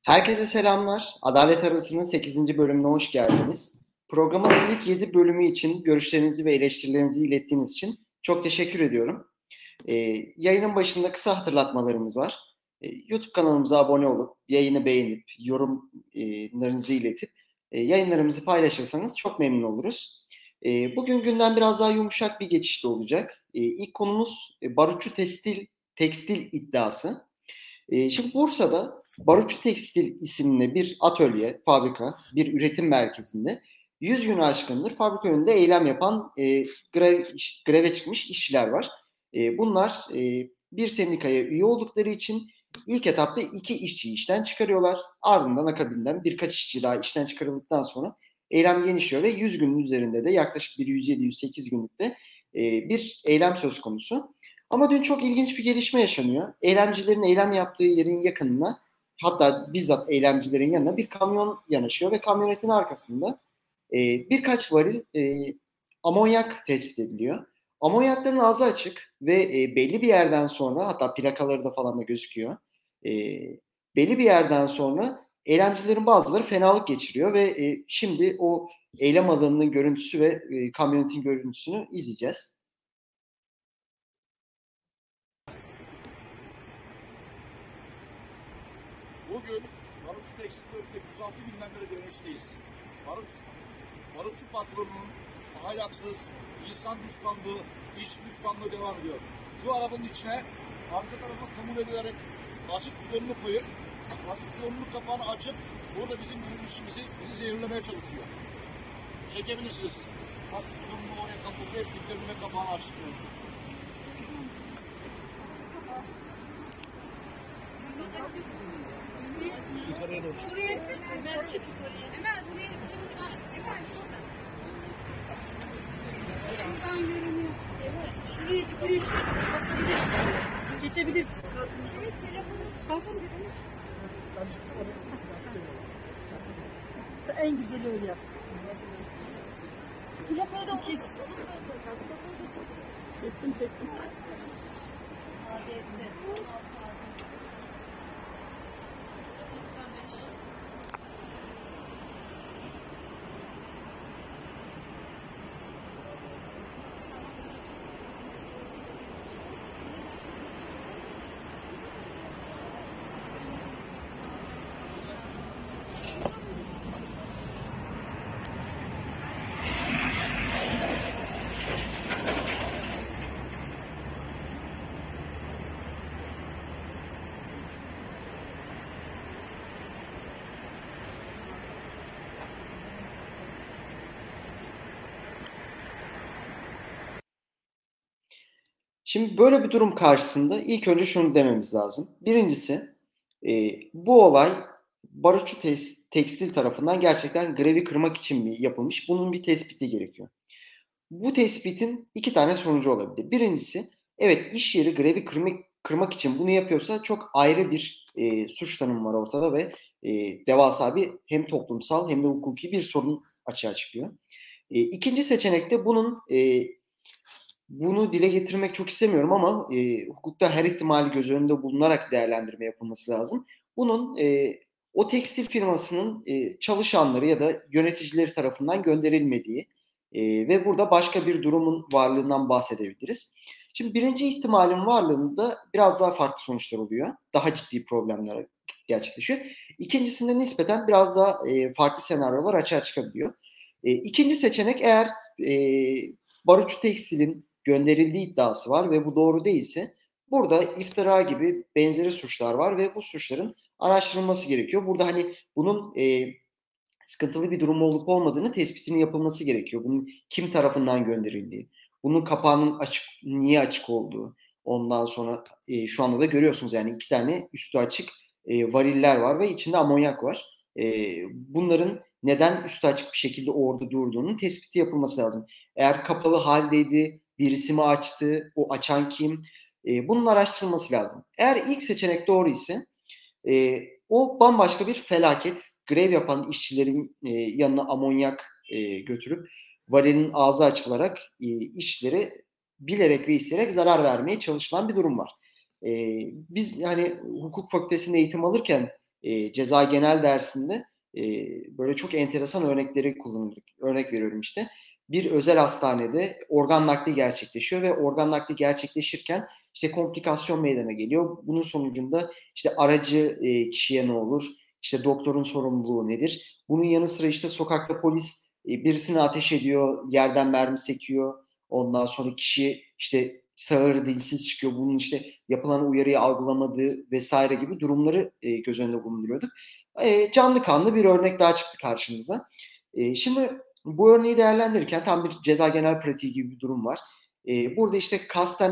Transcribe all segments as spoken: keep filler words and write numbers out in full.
Herkese selamlar. Adalet Arası'nın sekizinci bölümüne hoş geldiniz. Programın ilk yedi bölümü için görüşlerinizi ve eleştirilerinizi ilettiğiniz için çok teşekkür ediyorum. Ee, yayının başında kısa hatırlatmalarımız var. Ee, YouTube kanalımıza abone olup, yayını beğenip, yorumlarınızı iletip e, yayınlarımızı paylaşırsanız çok memnun oluruz. Ee, bugün günden biraz daha yumuşak bir geçişte olacak. Ee, ilk konumuz e, barutçu tekstil, tekstil iddiası. E, şimdi Bursa'da Barutçu Tekstil isimli bir atölye, fabrika, bir üretim merkezinde yüz günü aşkındır fabrika önünde eylem yapan e, grev, greve çıkmış işçiler var. E, bunlar e, bir sendikaya üye oldukları için ilk etapta iki işçiyi işten çıkarıyorlar. Ardından akabinden birkaç işçi daha işten çıkarıldıktan sonra eylem genişliyor ve yüz günün üzerinde de yaklaşık bir yüz yedi yüz sekiz günlükte e, bir eylem söz konusu. Ama dün çok ilginç bir gelişme yaşanıyor. Eylemcilerin eylem yaptığı yerin yakınına, hatta bizzat eylemcilerin yanına bir kamyon yanaşıyor ve kamyonetin arkasında e, birkaç varil e, amonyak tespit ediliyor. Amonyakların ağzı açık ve e, belli bir yerden sonra, hatta plakaları da falan da gözüküyor. E, belli bir yerden sonra eylemcilerin bazıları fenalık geçiriyor ve e, şimdi o eylem alanının görüntüsü ve e, kamyonetin görüntüsünü izleyeceğiz. Bugün barutçu tekstil bölümünde yüz altı günden beri direnişteyiz. Barut, barutçu patronunun ahlaksız, insan düşmanlığı, iş düşmanlığı devam ediyor. Şu arabanın içine arka tarafa kumul edilerek asit bidonunu koyup, asit bidonunun kapağını açıp burada bizim direnişimizi, bizi zehirlemeye çalışıyor. Çekebilirsiniz. Asit bidonunu oraya kapatıyor, diplerini ve kapağını açtırıyor. Yukarıya doğru. Şuraya çık. Ömer çık. Ömer buraya çık çık çık. Ömer. Şuradan görünüyor. Evet. Şuraya çık. Buraya çık. Basabilirsin. Geçebilirsin. Şey, telefonu bas. En güzeli öyle yap. Plakayı da kes. Çektim çektim. Şimdi böyle bir durum karşısında ilk önce şunu dememiz lazım. Birincisi, e, bu olay barutçu tes- tekstil tarafından gerçekten grevi kırmak için mi yapılmış? Bunun bir tespiti gerekiyor. Bu tespitin iki tane sonucu olabilir. Birincisi, evet, iş yeri grevi kırmak, kırmak için bunu yapıyorsa çok ayrı bir e, suç tanımı var ortada ve e, devasa bir hem toplumsal hem de hukuki bir sorun açığa çıkıyor. E, ikinci seçenekte bunun e, bunu dile getirmek çok istemiyorum ama e, hukukta her ihtimali göz önünde bulunarak değerlendirme yapılması lazım. Bunun e, o tekstil firmasının e, çalışanları ya da yöneticileri tarafından gönderilmediği e, ve burada başka bir durumun varlığından bahsedebiliriz. Şimdi birinci ihtimalin varlığında biraz daha farklı sonuçlar oluyor. Daha ciddi problemler gerçekleşiyor. İkincisinde nispeten biraz daha e, farklı senaryolar açığa çıkabiliyor. E, ikinci seçenek, eğer e, barutçu tekstilin gönderildiği iddiası var ve bu doğru değilse burada iftira gibi benzeri suçlar var ve bu suçların araştırılması gerekiyor. Burada hani bunun e, sıkıntılı bir durum olup olmadığını tespitinin yapılması gerekiyor. Bunun kim tarafından gönderildiği, bunun kapağının açık, niye açık olduğu, ondan sonra e, şu anda da görüyorsunuz yani iki tane üstü açık e, variller var ve içinde amonyak var. E, bunların neden üstü açık bir şekilde orada durduğunun tespiti yapılması lazım. Eğer kapalı haldeydi, birisi mi açtı, o açan kim? E, bunun araştırılması lazım. Eğer ilk seçenek doğru ise e, o bambaşka bir felaket. Grev yapan işçilerin e, yanına amonyak e, götürüp varilin ağzı açılarak e, işçilere bilerek ve isteyerek zarar vermeye çalışılan bir durum var. E, biz yani hukuk fakültesinde eğitim alırken e, ceza genel dersinde e, böyle çok enteresan örnekleri kullanılır. Örnek veriyorum işte. Bir özel hastanede organ nakli gerçekleşiyor ve organ nakli gerçekleşirken işte komplikasyon meydana geliyor. Bunun sonucunda işte aracı e, kişiye ne olur? İşte doktorun sorumluluğu nedir? Bunun yanı sıra işte sokakta polis e, birisini ateş ediyor, yerden mermi sekiyor. Ondan sonra kişi işte sağır dilsiz çıkıyor. Bunun işte yapılan uyarıyı algılamadığı vesaire gibi durumları e, göz önünde bulunduruyorduk. E, canlı kanlı bir örnek daha çıktı karşımıza. E, şimdi bu örneği değerlendirirken tam bir ceza genel pratiği gibi bir durum var. E, burada işte kasten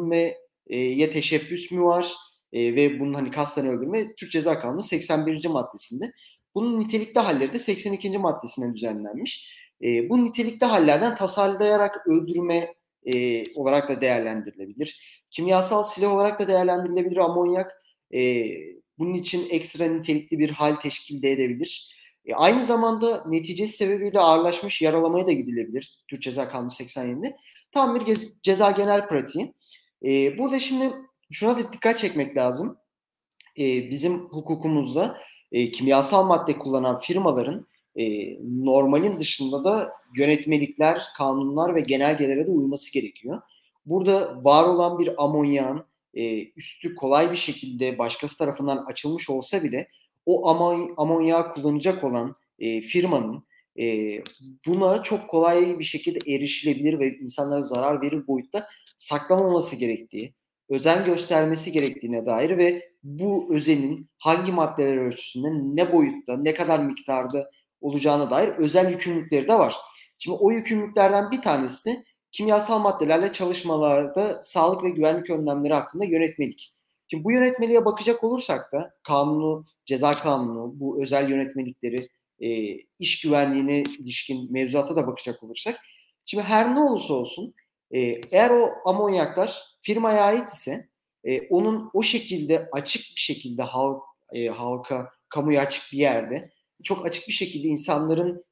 öldürmeye teşebbüs mü var? E, ve bunun hani kasten öldürme Türk Ceza Kanunu seksen birinci maddesinde. Bunun nitelikli halleri de seksen ikinci maddesine düzenlenmiş. E, bu nitelikli hallerden tasarlayarak öldürme e, olarak da değerlendirilebilir. Kimyasal silah olarak da değerlendirilebilir amonyak. E, bunun için ekstra nitelikli bir hal teşkil de edebilir. E, aynı zamanda neticesi sebebiyle ağırlaşmış yaralamaya da gidilebilir. Türk Ceza Kanunu seksen yedide. Tam bir gez, ceza genel pratiği. E, burada şimdi şuna da dikkat çekmek lazım. E, bizim hukukumuzda e, kimyasal madde kullanan firmaların e, normalin dışında da yönetmelikler, kanunlar ve genelgelere de uyması gerekiyor. Burada var olan bir amonyağın e, üstü kolay bir şekilde başkası tarafından açılmış olsa bile o amon amonyağı kullanacak olan e, firmanın e, buna çok kolay bir şekilde erişilebilir ve insanlara zarar verir boyutta saklamaması gerektiği, özen göstermesi gerektiğine dair ve bu özenin hangi maddeler ölçüsünde, ne boyutta, ne kadar miktarda olacağına dair özel yükümlülükleri de var. Şimdi o yükümlülüklerden bir tanesi de kimyasal maddelerle çalışmalarda sağlık ve güvenlik önlemleri hakkında yönetmelik. Şimdi bu yönetmeliğe bakacak olursak da kanunu, ceza kanunu, bu özel yönetmelikleri, e, iş güvenliğine ilişkin mevzuata da bakacak olursak, şimdi her ne olursa olsun e, eğer o amonyaklar firmaya ait ise e, onun o şekilde açık bir şekilde halk, e, halka, kamuya açık bir yerde çok açık bir şekilde insanların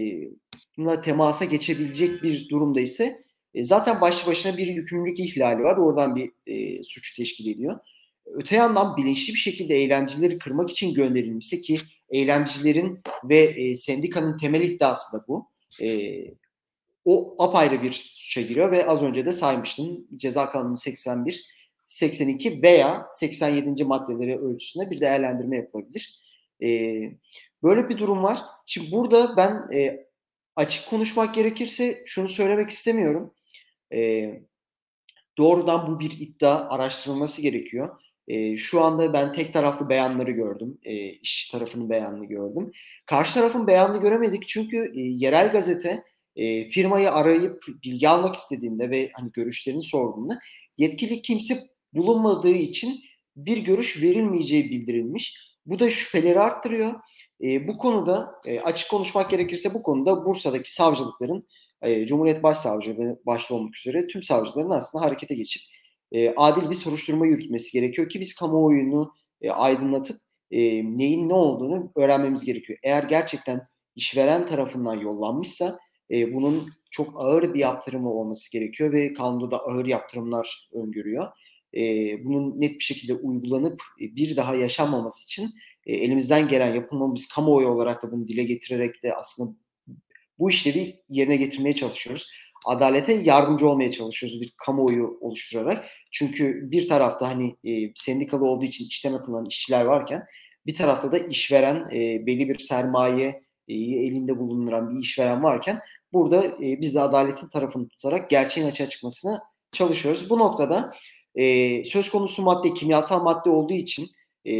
e, temasa geçebilecek bir durumda ise e, zaten başlı başına bir yükümlülük ihlali var. Oradan bir e, suç teşkil ediyor. Öte yandan bilinçli bir şekilde eylemcileri kırmak için gönderilmişse ki eylemcilerin ve e, sendikanın temel iddiası da bu. E, o apayrı bir suça giriyor ve az önce de saymıştım. Ceza Kanunu seksen bir, seksen iki veya seksen yedinci maddeleri ölçüsünde bir değerlendirme yapılabilir. Ee, böyle bir durum var. Şimdi burada ben e, açık konuşmak gerekirse şunu söylemek istemiyorum. Ee, doğrudan bu bir iddia araştırılması gerekiyor. E, şu anda ben tek taraflı beyanları gördüm. E, iş tarafının beyanını gördüm. Karşı tarafın beyanını göremedik çünkü e, yerel gazete e, firmayı arayıp bilgi almak istediğinde ve hani görüşlerini sorduğunda yetkili kimse bulunmadığı için bir görüş verilmeyeceği bildirilmiş. Bu da şüpheleri arttırıyor. E, bu konuda e, açık konuşmak gerekirse bu konuda Bursa'daki savcılıkların e, Cumhuriyet Başsavcılığı başta olmak üzere tüm savcıların aslında harekete geçip e, adil bir soruşturma yürütmesi gerekiyor ki biz kamuoyunu e, aydınlatıp e, neyin ne olduğunu öğrenmemiz gerekiyor. Eğer gerçekten işveren tarafından yollanmışsa e, bunun çok ağır bir yaptırımı olması gerekiyor ve kanunda da ağır yaptırımlar öngörüyor. E, bunun net bir şekilde uygulanıp e, bir daha yaşanmaması için e, elimizden gelen yapılmamız, biz kamuoyu olarak da bunu dile getirerek de aslında bu işlevi yerine getirmeye çalışıyoruz. Adalete yardımcı olmaya çalışıyoruz bir kamuoyu oluşturarak. Çünkü bir tarafta hani e, sendikalı olduğu için işten atılan işçiler varken bir tarafta da işveren e, belli bir sermaye e, elinde bulunduran bir işveren varken burada e, biz de adaletin tarafını tutarak gerçeğin açığa çıkmasına çalışıyoruz. Bu noktada e, söz konusu madde kimyasal madde olduğu için e,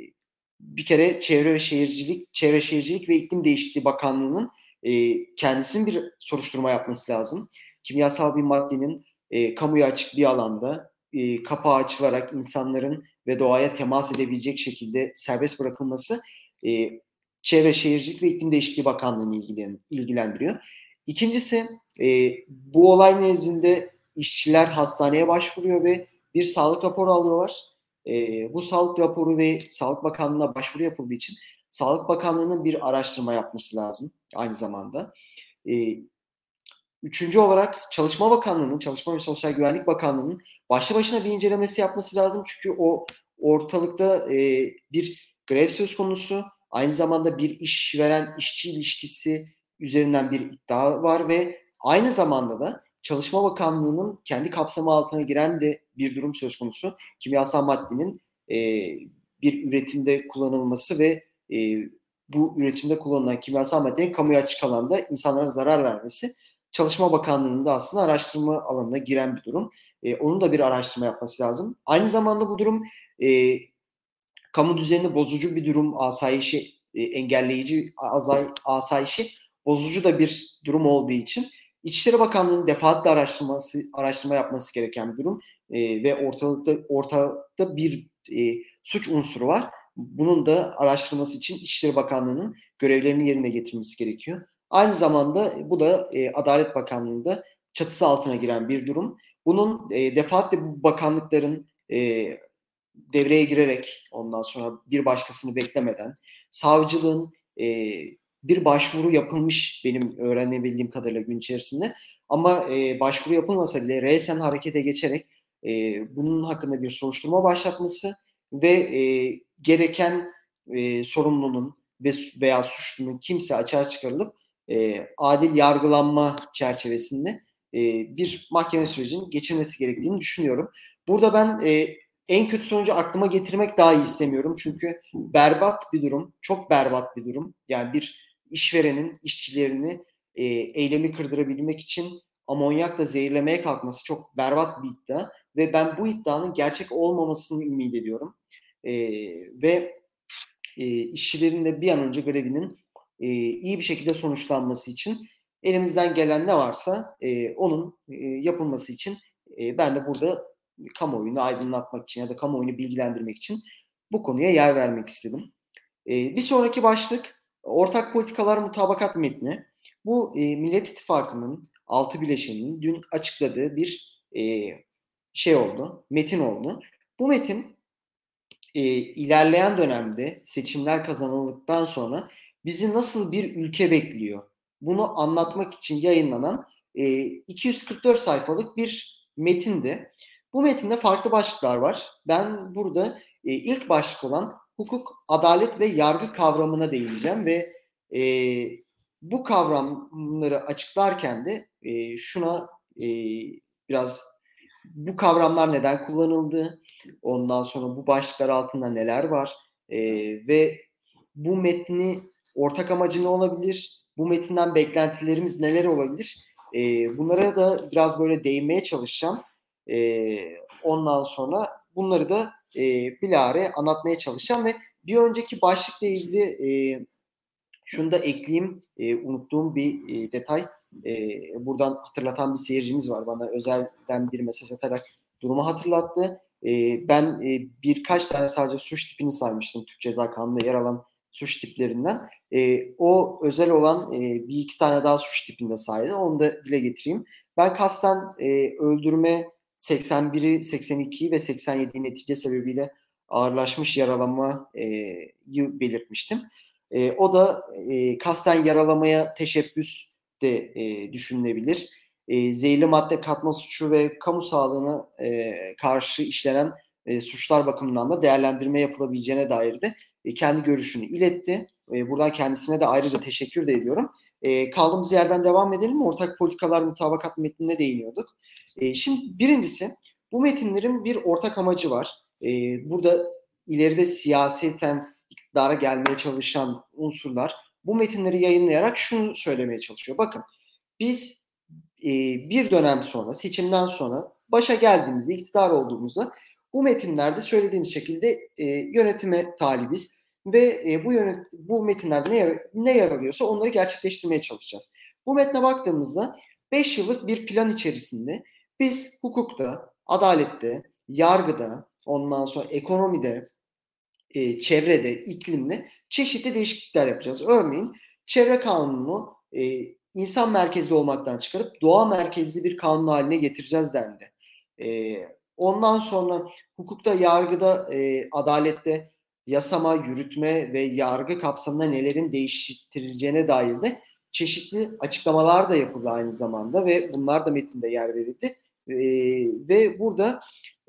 bir kere Çevre ve Şehircilik, Çevre Şehircilik ve İklim Değişikliği Bakanlığı'nın e, kendisinin bir soruşturma yapması lazım. Kimyasal bir maddenin e, kamuya açık bir alanda e, kapağı açılarak insanların ve doğaya temas edebilecek şekilde serbest bırakılması e, Çevre Şehircilik ve İklim Değişikliği Bakanlığı'nı ilgilen, ilgilendiriyor. İkincisi e, bu olay nezdinde işçiler hastaneye başvuruyor ve bir sağlık raporu alıyorlar. E, bu sağlık raporu ve Sağlık Bakanlığı'na başvuru yapıldığı için Sağlık Bakanlığı'nın bir araştırma yapması lazım aynı zamanda. E, üçüncü olarak Çalışma Bakanlığı'nın, Çalışma ve Sosyal Güvenlik Bakanlığı'nın başlı başına bir incelemesi yapması lazım. Çünkü o ortalıkta e, bir grev söz konusu. Aynı zamanda bir işveren işçi ilişkisi üzerinden bir iddia var ve aynı zamanda da Çalışma Bakanlığı'nın kendi kapsamı altına giren de bir durum söz konusu. Kimyasal maddenin e, bir üretimde kullanılması ve e, bu üretimde kullanılan kimyasal maddenin kamuya açık alanda insanlara zarar vermesi. Çalışma Bakanlığı'nın da aslında araştırma alanına giren bir durum. E, onun da bir araştırma yapması lazım. Aynı zamanda bu durum e, kamu düzenini bozucu bir durum, asayişi e, engelleyici, azay, asayişi bozucu da bir durum olduğu için İçişleri Bakanlığı'nın defaatle araştırması, araştırma yapması gereken bir durum e, ve ortalıkta ortada bir e, suç unsuru var. Bunun da araştırması için İçişleri Bakanlığı'nın görevlerini yerine getirmesi gerekiyor. Aynı zamanda bu da e, Adalet Bakanlığı'nda çatısı altına giren bir durum. Bunun e, defaatle bu bakanlıkların e, devreye girerek ondan sonra bir başkasını beklemeden savcılığın e, bir başvuru yapılmış benim öğrenebildiğim kadarıyla gün içerisinde ama e, başvuru yapılmasa bile resen harekete geçerek e, bunun hakkında bir soruşturma başlatması ve e, gereken e, sorumlunun ve veya suçlunun kimse açığa çıkarılıp e, adil yargılanma çerçevesinde e, bir mahkeme sürecinin geçirmesi gerektiğini düşünüyorum. Burada ben e, en kötü sonucu aklıma getirmek dahi istemiyorum. Çünkü berbat bir durum, çok berbat bir durum. Yani bir işverenin işçilerini e, eylemi kırdırabilmek için amonyakla zehirlemeye kalkması çok berbat bir iddia. Ve ben bu iddianın gerçek olmamasını ümit ediyorum. E, ve e, işçilerin de bir an önce grevinin e, iyi bir şekilde sonuçlanması için elimizden gelen ne varsa e, onun e, yapılması için e, ben de burada kamuoyunu aydınlatmak için ya da kamuoyunu bilgilendirmek için bu konuya yer vermek istedim. E, bir sonraki başlık ortak politikalar mutabakat metni. Bu e, Millet İttifakı'nın altı bileşeninin dün açıkladığı bir e, şey oldu, metin oldu. Bu metin e, ilerleyen dönemde seçimler kazanıldıktan sonra bizi nasıl bir ülke bekliyor? Bunu anlatmak için yayınlanan e, iki yüz kırk dört sayfalık bir metindi. Bu metinde farklı başlıklar var. Ben burada e, ilk başlık olan hukuk, adalet ve yargı kavramına değineceğim ve e, bu kavramları açıklarken de e, şuna e, biraz bu kavramlar neden kullanıldı, ondan sonra bu başlıklar altında neler var e, ve bu metni ortak amacı ne olabilir, bu metinden beklentilerimiz neler olabilir, e, bunlara da biraz böyle değinmeye çalışacağım. E, ondan sonra bunları da e, bilahare anlatmaya çalışacağım ve bir önceki başlıkla ilgili e, şunu da ekleyeyim, e, unuttuğum bir e, detay. E, buradan hatırlatan bir seyircimiz var. Bana özelden bir mesaj atarak durumu hatırlattı. E, ben e, birkaç tane sadece suç tipini saymıştım. Türk Ceza Kanunu'nda yer alan suç tiplerinden. E, o özel olan e, bir iki tane daha suç tipinde saydı. Onu da dile getireyim. Ben kasten e, öldürme seksen biri, seksen ikiyi ve seksen yediyi netice sebebiyle ağırlaşmış yaralamayı belirtmiştim. E, o da e, kasten yaralamaya teşebbüs de e, düşünülebilir. E, zehirli madde katma suçu ve kamu sağlığına e, karşı işlenen e, suçlar bakımından da değerlendirme yapılabileceğine dair de e, kendi görüşünü iletti. E, buradan kendisine de ayrıca teşekkür de ediyorum. E, kaldığımız yerden devam edelim. Ortak politikalar mutabakat metnine değiniyorduk. E, şimdi birincisi bu metinlerin bir ortak amacı var. E, burada ileride siyaseten iktidara gelmeye çalışan unsurlar bu metinleri yayınlayarak şunu söylemeye çalışıyor. Bakın biz e, bir dönem sonra, seçimden sonra başa geldiğimizde, iktidar olduğumuzda bu metinlerde söylediğimiz şekilde e, yönetime talibiz ve e, bu yönet bu metinlerde ne, yer ne yer alıyorsa onları gerçekleştirmeye çalışacağız. Bu metne baktığımızda beş yıllık bir plan içerisinde biz hukukta, adalette, yargıda, ondan sonra ekonomide, e, çevrede, iklimde çeşitli değişiklikler yapacağız. Örneğin çevre kanununu e, insan merkezli olmaktan çıkarıp doğa merkezli bir kanun haline getireceğiz dendi. E, ondan sonra hukukta, yargıda, e, adalette yasama, yürütme ve yargı kapsamında nelerin değiştirileceğine dair de çeşitli açıklamalar da yapıldı aynı zamanda ve bunlar da metinde yer verildi. E, ve burada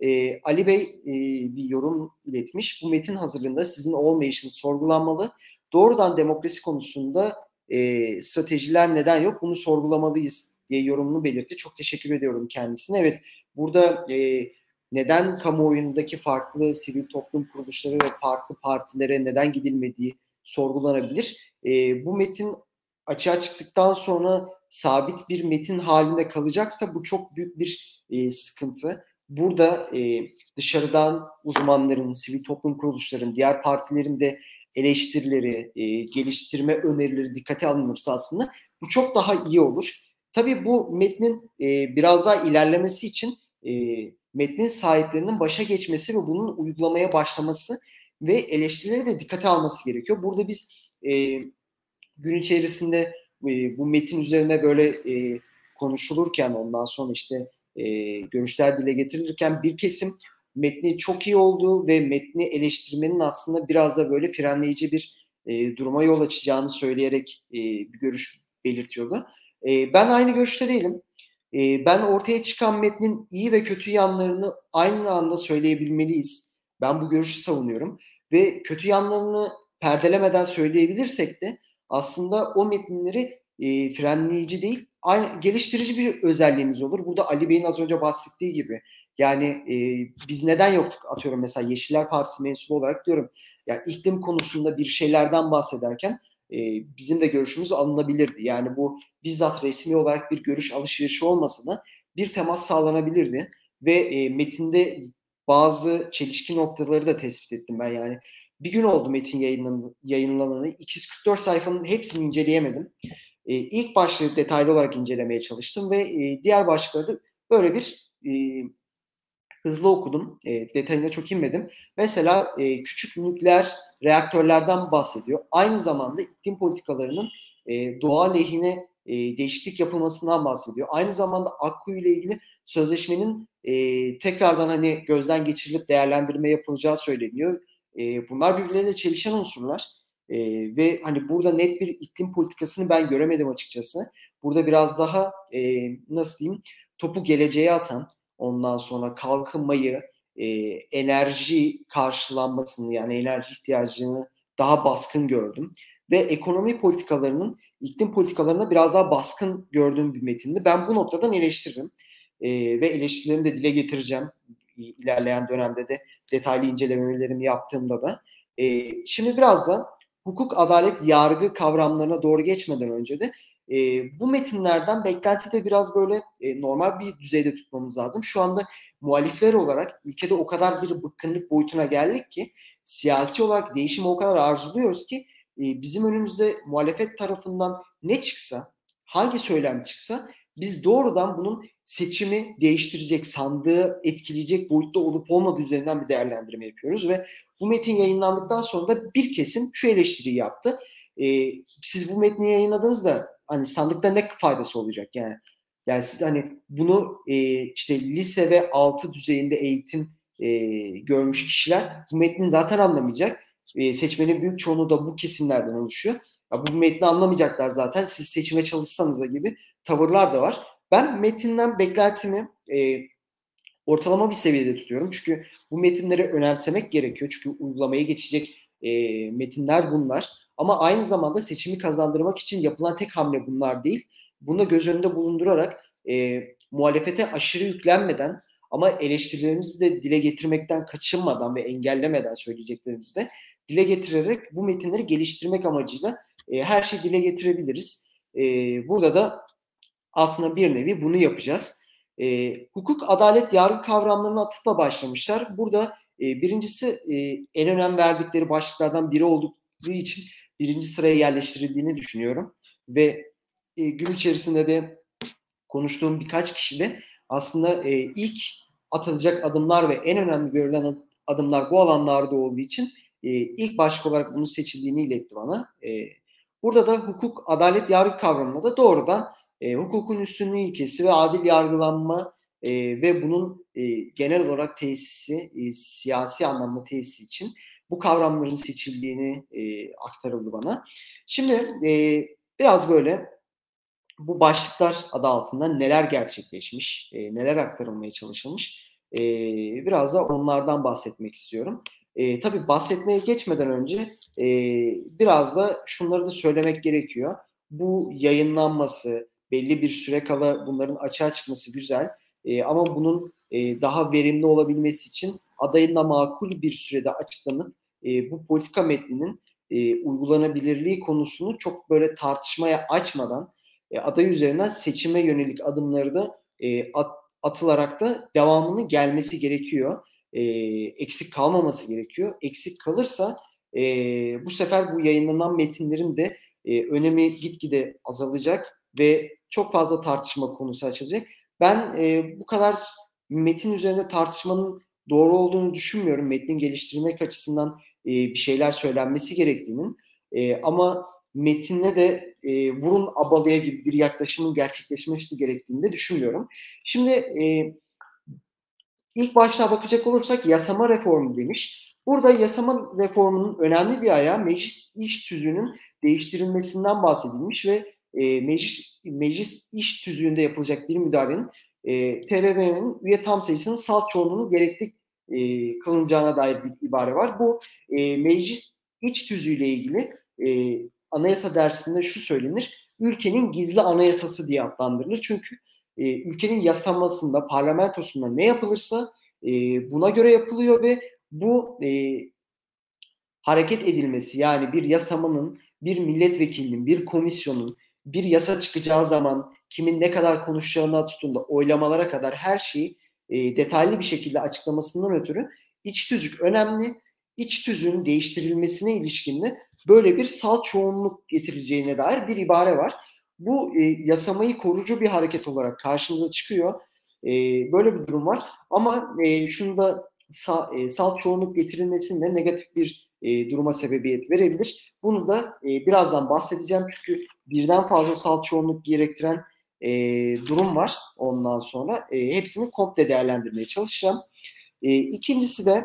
e, Ali Bey e, bir yorum iletmiş. Bu metin hazırlığında sizin olmayışınız sorgulanmalı. Doğrudan demokrasi konusunda e, stratejiler neden yok? Bunu sorgulamalıyız diye yorumunu belirtti. Çok teşekkür ediyorum kendisine. Evet, burada e, neden kamuoyundaki farklı sivil toplum kuruluşları ve farklı partilere neden gidilmediği sorgulanabilir. E, bu metin açığa çıktıktan sonra sabit bir metin halinde kalacaksa bu çok büyük bir e, sıkıntı. Burada e, dışarıdan uzmanların, sivil toplum kuruluşlarının, diğer partilerin de eleştirileri, e, geliştirme önerileri dikkate alınırsa aslında bu çok daha iyi olur. Tabii bu metnin e, biraz daha ilerlemesi için e, metnin sahiplerinin başa geçmesi ve bunun uygulamaya başlaması ve eleştirileri de dikkate alması gerekiyor. Burada biz e, gün içerisinde e, bu metin üzerine böyle e, konuşulurken ondan sonra işte e, görüşler dile getirilirken bir kesim metni çok iyi olduğu ve metni eleştirmenin aslında biraz da böyle frenleyici bir e, duruma yol açacağını söyleyerek e, bir görüş belirtiyordu. E, ben aynı görüşte değilim. E, ben ortaya çıkan metnin iyi ve kötü yanlarını aynı anda söyleyebilmeliyiz. Ben bu görüşü savunuyorum. Ve kötü yanlarını perdelemeden söyleyebilirsek de aslında o metinleri e, frenleyici değil, aynı geliştirici bir özelliğimiz olur. Burada Ali Bey'in az önce bahsettiği gibi yani e, biz neden yoktuk atıyorum mesela Yeşiller Partisi mensubu olarak diyorum. Yani iklim konusunda bir şeylerden bahsederken e, bizim de görüşümüz alınabilirdi. Yani bu bizzat resmi olarak bir görüş alışverişi olmasa da bir temas sağlanabilirdi ve e, metinde bazı çelişki noktaları da tespit ettim ben yani. Bir gün oldu metin yayınlan, yayınlanalı. iki yüz kırk dört sayfanın hepsini inceleyemedim. E, ilk başlığı detaylı olarak incelemeye çalıştım ve e, diğer başlıkları da böyle bir e, hızlı okudum. E, detayına çok inmedim. Mesela e, küçük nükleer reaktörlerden bahsediyor. Aynı zamanda iklim politikalarının e, doğa lehine e, değişiklik yapılmasından bahsediyor. Aynı zamanda Akkuyu ile ilgili sözleşmenin e, tekrardan hani gözden geçirilip değerlendirme yapılacağı söyleniyor. E, bunlar birbirleriyle çelişen unsurlar. E, ve hani burada net bir iklim politikasını ben göremedim açıkçası. Burada biraz daha e, nasıl diyeyim topu geleceğe atan, ondan sonra kalkınmayı, e, enerji karşılanmasını yani enerji ihtiyacını daha baskın gördüm. Ve ekonomi politikalarının iklim politikalarına biraz daha baskın gördüğüm bir metindi. Ben bu noktadan eleştiririm. E, ve eleştirilerimi de dile getireceğim. İlerleyen dönemde de detaylı incelemelerimi yaptığımda da. E, şimdi biraz da hukuk, adalet, yargı kavramlarına doğru geçmeden önce de e, bu metinlerden beklenti de biraz böyle e, normal bir düzeyde tutmamız lazım. Şu anda muhalifler olarak ülkede o kadar bir bıkkınlık boyutuna geldik ki siyasi olarak değişimi o kadar arzuluyoruz ki e, bizim önümüzde muhalefet tarafından ne çıksa, hangi söylem çıksa biz doğrudan bunun seçimi değiştirecek, sandığı etkileyecek boyutta olup olmadığı üzerinden bir değerlendirme yapıyoruz ve bu metin yayınlandıktan sonra da bir kesim şu eleştiriyi yaptı. E, siz bu metni yayınladınız da hani sandıkta ne faydası olacak yani? Yani siz hani bunu e, işte lise ve altı düzeyinde eğitim e, görmüş kişiler bu metni zaten anlamayacak. E, seçmenin büyük çoğunluğu da bu kesimlerden oluşuyor. Ya bu metni anlamayacaklar zaten. Siz seçime çalışsanız da gibi tavırlar da var. Ben metinden beklentimi e, ortalama bir seviyede tutuyorum. Çünkü bu metinleri önemsemek gerekiyor. Çünkü uygulamaya geçecek e, metinler bunlar. Ama aynı zamanda seçimi kazandırmak için yapılan tek hamle bunlar değil. Bunu da göz önünde bulundurarak e, muhalefete aşırı yüklenmeden ama eleştirilerimizi de dile getirmekten kaçınmadan ve engellemeden söyleyeceklerimizi de dile getirerek bu metinleri geliştirmek amacıyla e, her şeyi dile getirebiliriz. E, burada da aslında bir nevi bunu yapacağız. E, hukuk, adalet, yargı kavramlarına atıfla başlamışlar. Burada e, birincisi e, en önem verdikleri başlıklardan biri olduğu için birinci sıraya yerleştirildiğini düşünüyorum. Ve e, gün içerisinde de konuştuğum birkaç kişi de aslında e, ilk atılacak adımlar ve en önemli görülen adımlar bu alanlarda olduğu için e, ilk başlık olarak bunun seçildiğini iletti bana. E, burada da hukuk, adalet, yargı kavramına da doğrudan e, hukukun üstünlüğü ilkesi ve adil yargılanma e, ve bunun e, genel olarak tesisi, e, siyasi anlamda tesisi için bu kavramların seçildiğini e, aktarıldı bana. Şimdi e, biraz böyle bu başlıklar adı altında neler gerçekleşmiş, e, neler aktarılmaya çalışılmış E, biraz da onlardan bahsetmek istiyorum. E, tabii bahsetmeye geçmeden önce e, biraz da şunları da söylemek gerekiyor. Bu yayınlanması, belli bir süre kala bunların açığa çıkması güzel. E, ama bunun e, daha verimli olabilmesi için adayın da makul bir sürede açıklanıp e, bu politika metninin e, uygulanabilirliği konusunu çok böyle tartışmaya açmadan e, aday üzerinden seçime yönelik adımları da e, at, atılarak da devamının gelmesi gerekiyor. E, eksik kalmaması gerekiyor. Eksik kalırsa e, bu sefer bu yayınlanan metinlerin de e, önemi gitgide azalacak ve çok fazla tartışma konusu açılacak. Ben e, bu kadar metin üzerinde tartışmanın doğru olduğunu düşünmüyorum. Metnin geliştirmek açısından e, bir şeyler söylenmesi gerektiğinin. E, ama metinle de e, vurun abalıya gibi bir yaklaşımın gerçekleşmesi gerektiğini de düşünmüyorum. Şimdi e, ilk başta bakacak olursak yasama reformu demiş. Burada yasama reformunun önemli bir ayağı meclis iş tüzüğünün değiştirilmesinden bahsedilmiş ve e, meclis, meclis iş tüzüğünde yapılacak bir müdahalenin e, T B M M'nin üye tam sayısının salt çoğunluğunu gerekli e, kılınacağına dair bir ibare var. Bu e, meclis iç tüzüğüyle ilgili e, anayasa dersinde şu söylenir: ülkenin gizli anayasası diye adlandırılır. Çünkü e, ülkenin yasamasında, parlamentosunda ne yapılırsa e, buna göre yapılıyor ve bu e, hareket edilmesi, yani bir yasamanın, bir milletvekilinin, bir komisyonun bir yasa çıkacağı zaman kimin ne kadar konuşacağına tutun da oylamalara kadar her şeyi e, detaylı bir şekilde açıklamasından ötürü iç tüzük önemli. İç tüzüğün değiştirilmesine ilişkin de böyle bir salt çoğunluk getireceğine dair bir ibare var. Bu e, yasamayı korucu bir hareket olarak karşımıza çıkıyor. E, böyle bir durum var. Ama e, şunu da sa, e, salt çoğunluk getirilmesinde negatif bir e, duruma sebebiyet verebilir. Bunu da e, birazdan bahsedeceğim. Çünkü birden fazla salt çoğunluk gerektiren e, durum var ondan sonra. E, hepsini komple değerlendirmeye çalışacağım. E, ikincisi de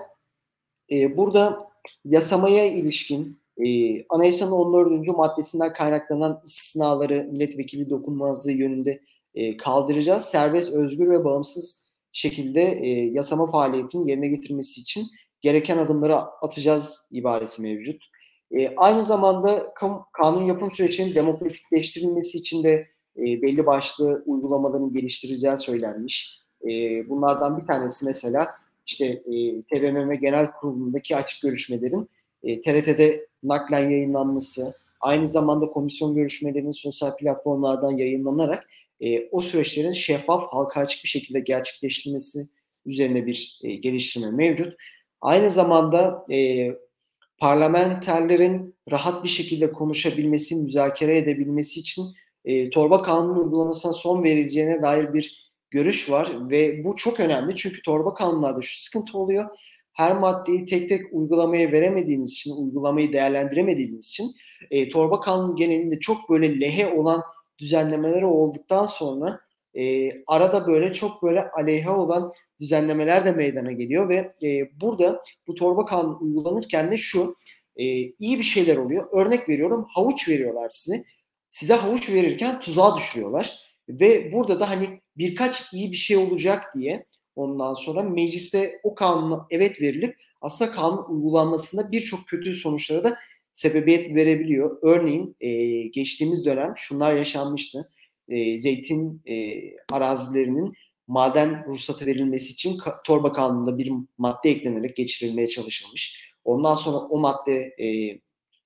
e, burada yasamaya ilişkin e, Anayasanın on dördüncü maddesinden kaynaklanan istisnaları, milletvekili dokunulmazlığı yönünde e, kaldıracağız. Serbest, özgür ve bağımsız şekilde e, yasama faaliyetini yerine getirmesi için gereken adımları atacağız ibaresi mevcut. E, aynı zamanda kam- kanun yapım sürecinin demokratikleştirilmesi için de e, belli başlı uygulamaların geliştirileceği söylenmiş. E, bunlardan bir tanesi mesela işte e, T B M M Genel Kurulu'ndaki açık görüşmelerin e, T R T'de naklen yayınlanması, aynı zamanda komisyon görüşmelerinin sosyal platformlardan yayınlanarak e, o süreçlerin şeffaf, halka açık bir şekilde gerçekleştirilmesi üzerine bir e, geliştirme mevcut. Aynı zamanda e, parlamenterlerin rahat bir şekilde konuşabilmesi, müzakere edebilmesi için e, torba kanunu uygulamasına son verileceğine dair bir görüş var ve bu çok önemli çünkü torba kanunlarda şu sıkıntı oluyor: her maddeyi tek tek uygulamaya veremediğiniz için, uygulamayı değerlendiremediğiniz için e, torba kanunu genelinde çok böyle lehe olan düzenlemeleri olduktan sonra e, arada böyle çok böyle aleyhe olan düzenlemeler de meydana geliyor ve e, burada bu torba kanunu uygulanırken de şu e, iyi bir şeyler oluyor. Örnek veriyorum, havuç veriyorlar size. Size havuç verirken tuzağa düşürüyorlar. Ve burada da hani birkaç iyi bir şey olacak diye ondan sonra mecliste o kanuna evet verilip aslında kanun uygulanmasında birçok kötü sonuçlara da sebebiyet verebiliyor. Örneğin e, geçtiğimiz dönem şunlar yaşanmıştı. E, zeytin e, arazilerinin maden ruhsatı verilmesi için ka- torba kanununda bir madde eklenerek geçirilmeye çalışılmış. Ondan sonra o madde e,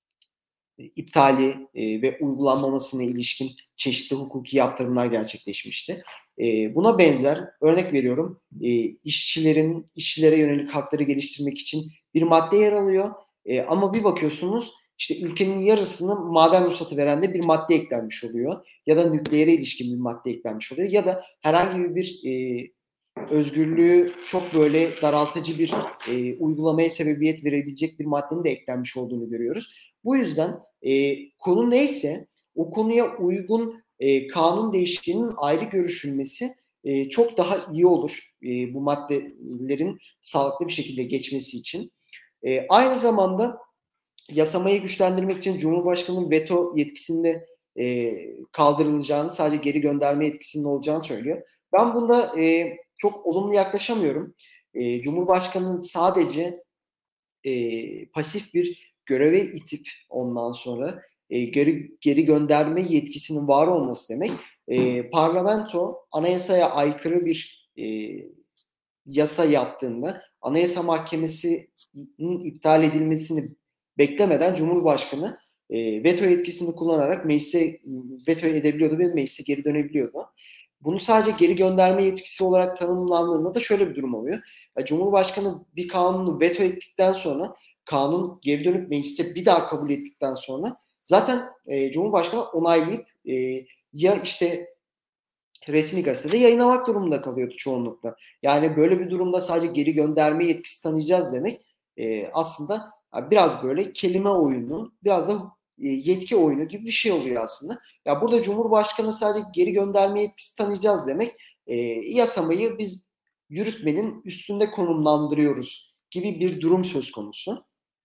iptali e, ve uygulanmamasına ilişkin çeşitli hukuki yaptırımlar gerçekleşmişti. E, buna benzer örnek veriyorum, e, işçilerin işçilere yönelik hakları geliştirmek için bir madde yer alıyor. E, ama bir bakıyorsunuz işte ülkenin yarısını maden ruhsatı veren de bir madde eklenmiş oluyor. Ya da nükleere ilişkin bir madde eklenmiş oluyor. Ya da herhangi bir e, özgürlüğü çok böyle daraltıcı bir e, uygulamaya sebebiyet verebilecek bir maddenin de eklenmiş olduğunu görüyoruz. Bu yüzden e, konu neyse o konuya uygun e, kanun değişikliğinin ayrı görüşülmesi e, çok daha iyi olur e, bu maddelerin sağlıklı bir şekilde geçmesi için. E, aynı zamanda yasamayı güçlendirmek için Cumhurbaşkanı'nın veto yetkisinde e, kaldırılacağını, sadece geri gönderme yetkisinin olacağını söylüyor. Ben bunda e, çok olumlu yaklaşamıyorum. E, Cumhurbaşkanı'nın sadece e, pasif bir göreve itip ondan sonra e, geri, geri gönderme yetkisinin var olması demek, e, parlamento anayasaya aykırı bir e, yasa yaptığında Anayasa Mahkemesi'nin iptal edilmesini beklemeden Cumhurbaşkanı e, veto yetkisini kullanarak meclise veto edebiliyordu ve meclise geri dönebiliyordu. Bunu sadece geri gönderme yetkisi olarak tanımlandığında da şöyle bir durum oluyor. Ya, Cumhurbaşkanı bir kanunu veto ettikten sonra kanun geri dönüp mecliste bir daha kabul ettikten sonra zaten e, Cumhurbaşkanı onaylayıp e, ya işte resmi gazetede yayınlamak durumunda kalıyordu çoğunlukla. Yani böyle bir durumda sadece geri gönderme yetkisi tanıyacağız demek e, aslında biraz böyle kelime oyunu, biraz da e, yetki oyunu gibi bir şey oluyor aslında. Ya burada Cumhurbaşkanı sadece geri gönderme yetkisi tanıyacağız demek, e, yasamayı biz yürütmenin üstünde konumlandırıyoruz gibi bir durum söz konusu.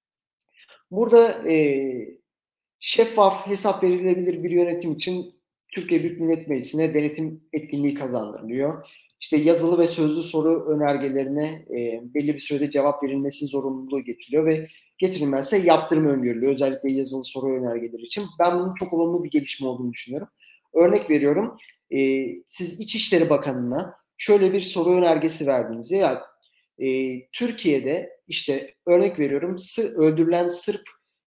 Burada e, şeffaf, hesap verilebilir bir yönetim için Türkiye Büyük Millet Meclisi'ne denetim etkinliği kazandırılıyor. İşte yazılı ve sözlü soru önergelerine e, belli bir sürede cevap verilmesi zorunluluğu getiriliyor ve getirilmezse yaptırım öngörülüyor. Özellikle yazılı soru önergeleri için. Ben bunun çok olumlu bir gelişme olduğunu düşünüyorum. Örnek veriyorum, e, siz İçişleri Bakanı'na şöyle bir soru önergesi verdiğinizde, ya e, Türkiye'de işte örnek veriyorum Sır, öldürülen Sırp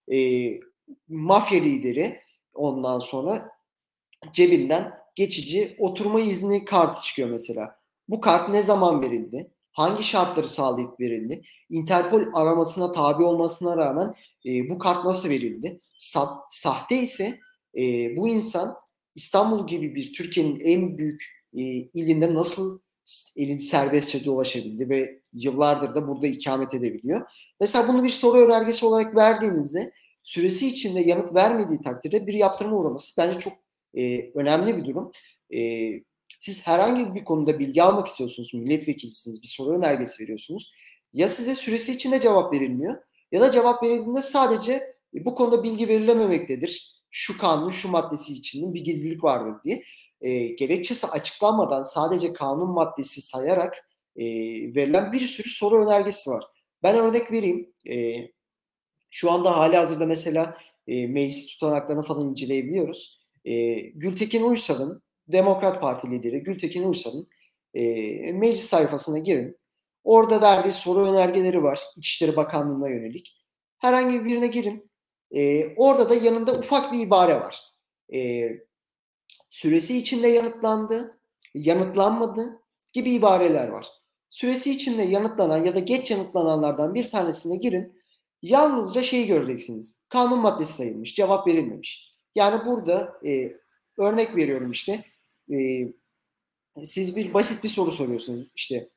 e, mafya lideri ondan sonra cebinden geçici oturma izni kartı çıkıyor mesela. Bu kart ne zaman verildi? Hangi şartları sağlayıp verildi? Interpol aramasına tabi olmasına rağmen e, bu kart nasıl verildi? Sa- sahte ise e, bu insan İstanbul gibi bir Türkiye'nin en büyük e, ilinde nasıl elin serbestçe dolaşabildi ve yıllardır da burada ikamet edebiliyor. Mesela bunu bir soru önergesi olarak verdiğinizde süresi içinde yanıt vermediği takdirde bir yaptırıma uğraması bence çok e, önemli bir durum. E, Siz herhangi bir konuda bilgi almak istiyorsunuz, milletvekilisiniz, bir soru önergesi veriyorsunuz. Ya size süresi içinde cevap verilmiyor ya da cevap verildiğinde sadece e, bu konuda bilgi verilememektedir. Şu kanun, şu maddesi için bir gizlilik vardır diye. E, gerekçesi açıklanmadan sadece kanun maddesi sayarak e, verilen bir sürü soru önergesi var. Ben örnek vereyim. E, şu anda halihazırda mesela e, meclis tutanaklarını falan inceleyebiliyoruz. E, Gültekin Uysal'ın, Demokrat Parti lideri Gültekin Uysal'ın e, meclis sayfasına girin. Orada verdiği soru önergeleri var İçişleri Bakanlığı'na yönelik. Herhangi birine girin. E, orada da yanında ufak bir ibare var. E, Süresi içinde yanıtlandı, yanıtlanmadı gibi ibareler var. Süresi içinde yanıtlanan ya da geç yanıtlananlardan bir tanesine girin. Yalnızca şeyi göreceksiniz. Kanun maddesi sayılmış, cevap verilmemiş. Yani burada e, örnek veriyorum işte. E, Siz bir basit bir soru soruyorsunuz. İşte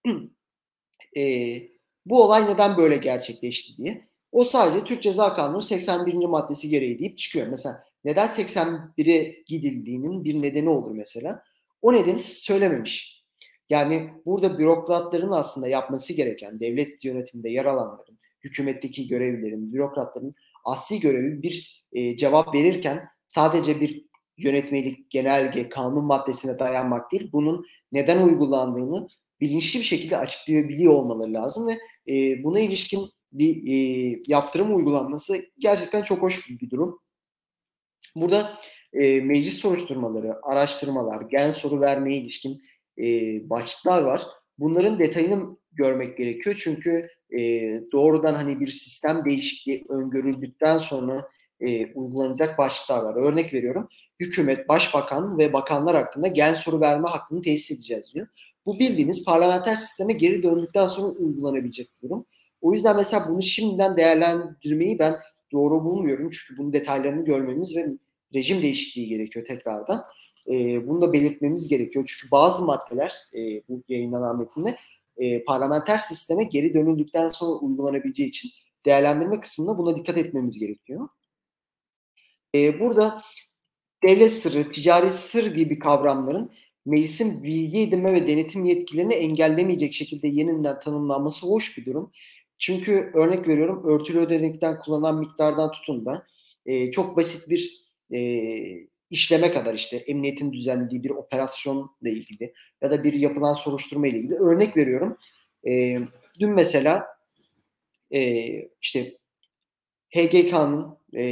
e, bu olay neden böyle gerçekleşti diye. O sadece Türk Ceza Kanunu seksen birinci maddesi gereği deyip çıkıyor. Mesela neden seksen bire gidildiğinin bir nedeni olur mesela. O nedeni söylememiş. Yani burada bürokratların aslında yapması gereken, devlet yönetiminde yer alanların, hükümetteki görevlilerin, bürokratların asli görevi bir e, cevap verirken sadece bir yönetmelik, genelge, kanun maddesine dayanmak değil, bunun neden uygulandığını bilinçli bir şekilde açıklayabiliyor olmaları lazım ve e, buna ilişkin bir e, yaptırım uygulanması gerçekten çok hoş bir durum. Burada e, meclis soruşturmaları, araştırmalar, gen soru vermeye ilişkin e, başlıklar var. Bunların detayını görmek gerekiyor çünkü e, doğrudan hani bir sistem değişikliği öngörüldükten sonra e, uygulanacak başlıklar var. Örnek veriyorum, hükümet, başbakan ve bakanlar hakkında gen soru verme hakkını tesis edeceğiz diyor. Bu bildiğiniz parlamenter sisteme geri döndükten sonra uygulanabilecek bir durum. O yüzden mesela bunu şimdiden değerlendirmeyi ben doğru bulmuyorum. Çünkü bunun detaylarını görmemiz ve rejim değişikliği gerekiyor tekrardan. E, bunu da belirtmemiz gerekiyor. Çünkü bazı maddeler e, bu yayınlanan metinde e, parlamenter sisteme geri dönüldükten sonra uygulanabileceği için değerlendirme kısmında buna dikkat etmemiz gerekiyor. E, burada devlet sırrı, ticari sır gibi kavramların meclisin bilgi edinme ve denetim yetkilerini engellemeyecek şekilde yeniden tanımlanması hoş bir durum. Çünkü örnek veriyorum, örtülü ödenekten kullanılan miktardan tutun da e, çok basit bir e, işleme kadar işte emniyetin düzenlediği bir operasyonla ilgili ya da bir yapılan soruşturma ile ilgili örnek veriyorum. E, dün mesela e, işte H G K'nın e,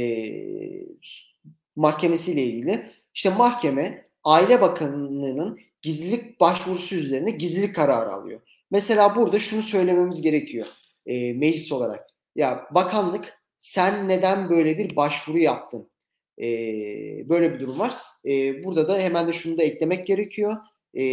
mahkemesiyle ilgili işte mahkeme Aile Bakanlığı'nın gizlilik başvurusu üzerine gizlilik kararı alıyor. Mesela burada şunu söylememiz gerekiyor e, meclis olarak. Ya bakanlık sen neden böyle bir başvuru yaptın? E, böyle bir durum var. E, burada da hemen de şunu da eklemek gerekiyor. E,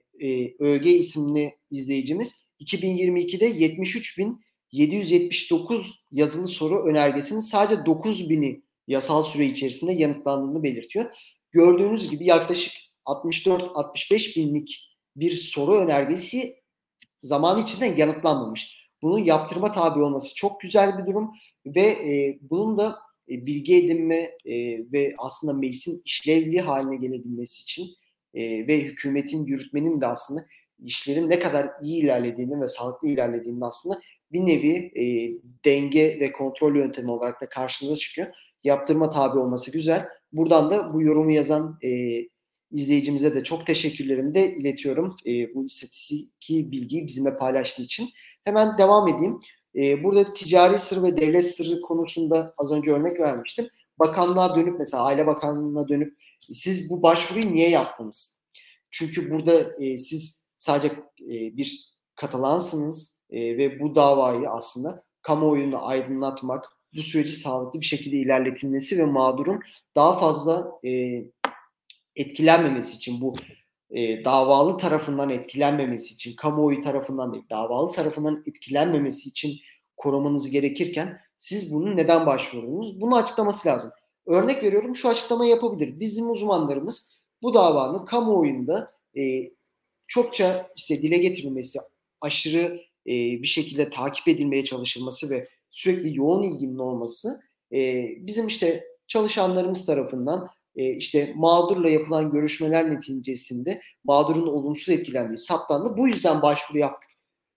e, ÖG isimli izleyicimiz iki bin yirmi ikide yetmiş üç bin yedi yüz yetmiş dokuz yazılı soru önergesinin sadece dokuz bini yasal süre içerisinde yanıtlandığını belirtiyor. Gördüğünüz gibi yaklaşık altmış dört altmış beş binlik bir soru önergesi zaman içinde yanıtlanmamış. Bunun yaptırıma tabi olması çok güzel bir durum ve e, bunun da e, bilgi edinme e, ve aslında meclisin işlevli haline gelebilmesi için e, ve hükümetin, yürütmenin de aslında işlerin ne kadar iyi ilerlediğini ve sağlıklı ilerlediğini aslında bir nevi e, denge ve kontrol yöntemi olarak da karşımıza çıkıyor. Yaptırıma tabi olması güzel. Buradan da bu yorumu yazan e, izleyicimize de çok teşekkürlerimi de iletiyorum. E, bu istatistiki bilgiyi bizimle paylaştığı için. Hemen devam edeyim. E, burada ticari sır ve devlet sırrı konusunda az önce örnek vermiştim. Bakanlığa dönüp mesela Aile Bakanlığı'na dönüp siz bu başvuruyu niye yaptınız? Çünkü burada e, siz sadece e, bir Katalansınız e, ve bu davayı aslında kamuoyunda aydınlatmak, bu süreci sağlıklı bir şekilde ilerletilmesi ve mağdurun daha fazla e, etkilenmemesi için bu e, davalı tarafından etkilenmemesi için, kamuoyu tarafından değil, davalı tarafından etkilenmemesi için korumanız gerekirken siz bunun neden başvurdunuz? Bunu açıklaması lazım. Örnek veriyorum şu açıklamayı yapabilir. Bizim uzmanlarımız bu davanın kamuoyunda e, çokça işte dile getirilmesi, aşırı e, bir şekilde takip edilmeye çalışılması ve sürekli yoğun ilginin olması e, bizim işte çalışanlarımız tarafından e, işte mağdurla yapılan görüşmeler neticesinde mağdurun olumsuz etkilendiği saptandı. Bu yüzden başvuru yaptık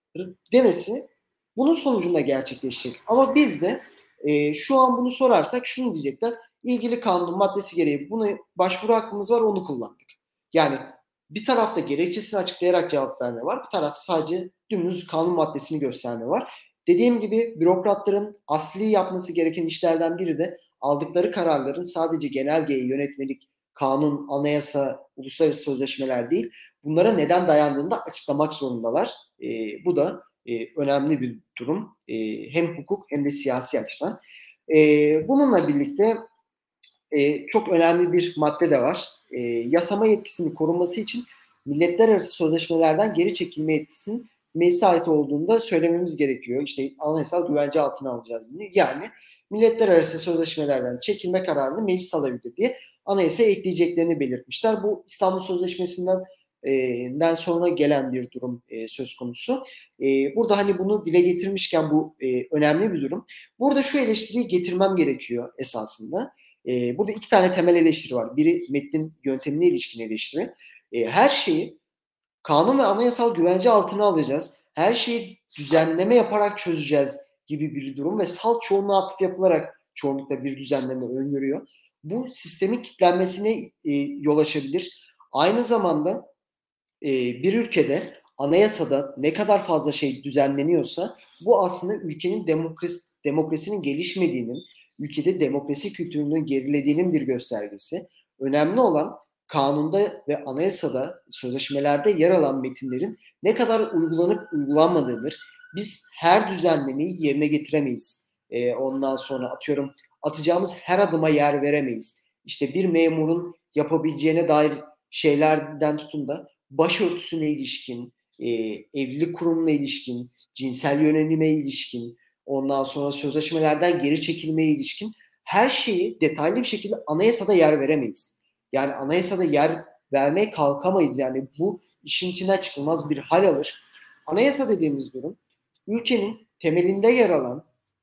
demesi bunun sonucunda gerçekleşecek. Ama biz de e, şu an bunu sorarsak şunu diyecekler. İlgili kanun maddesi gereği bunu başvuru hakkımız var, onu kullandık. Yani bir tarafta gerekçesini açıklayarak cevap verme var. Bir tarafta sadece dümdüz kanun maddesini gösterme var. Dediğim gibi bürokratların asli yapması gereken işlerden biri de aldıkları kararların sadece genelge, yönetmelik, kanun, anayasa, uluslararası sözleşmeler değil, bunlara neden dayandığını da açıklamak zorundalar. E, bu da e, önemli bir durum. E, hem hukuk hem de siyasi açıdan. E, bununla birlikte e, çok önemli bir madde de var. E, yasama yetkisinin korunması için milletler arası sözleşmelerden geri çekilme yetkisinin meclise ait olduğunu da söylememiz gerekiyor. İşte anayasal güvence altına alacağız diye. Yani milletler arası sözleşmelerden çekilme kararını meclis alabilir diye anayasaya ekleyeceklerini belirtmişler. Bu İstanbul Sözleşmesi'nden den sonra gelen bir durum e, söz konusu. E, burada hani bunu dile getirmişken bu e, önemli bir durum. Burada şu eleştiriyi getirmem gerekiyor esasında. E, burada iki tane temel eleştiri var. Biri metnin yöntemine ilişkin eleştiri. E, her şeyi kanun ve anayasal güvence altına alacağız. Her şeyi düzenleme yaparak çözeceğiz gibi bir durum ve salt çoğunluğa atıf yapılarak çoğunlukla bir düzenleme öngörüyor. Bu sistemin kilitlenmesine e, yol açabilir. Aynı zamanda e, bir ülkede anayasada ne kadar fazla şey düzenleniyorsa bu aslında ülkenin demokrasi, demokrasinin gelişmediğinin, ülkede demokrasi kültürünün gerilediğinin bir göstergesi. Önemli olan kanunda ve anayasada, sözleşmelerde yer alan metinlerin ne kadar uygulanıp uygulanmadığıdır. Biz her düzenlemeyi yerine getiremeyiz. E, ondan sonra atıyorum atacağımız her adıma yer veremeyiz. İşte bir memurun yapabileceğine dair şeylerden tutun da başörtüsüne ilişkin, e, evlilik kurumuna ilişkin, cinsel yönelime ilişkin, ondan sonra sözleşmelerden geri çekilmeye ilişkin her şeyi detaylı bir şekilde anayasada yer veremeyiz. Yani anayasada yer vermeye kalkamayız. Yani bu işin içinden çıkılmaz bir hal alır. Anayasa dediğimiz durum ülkenin temelinde yer alan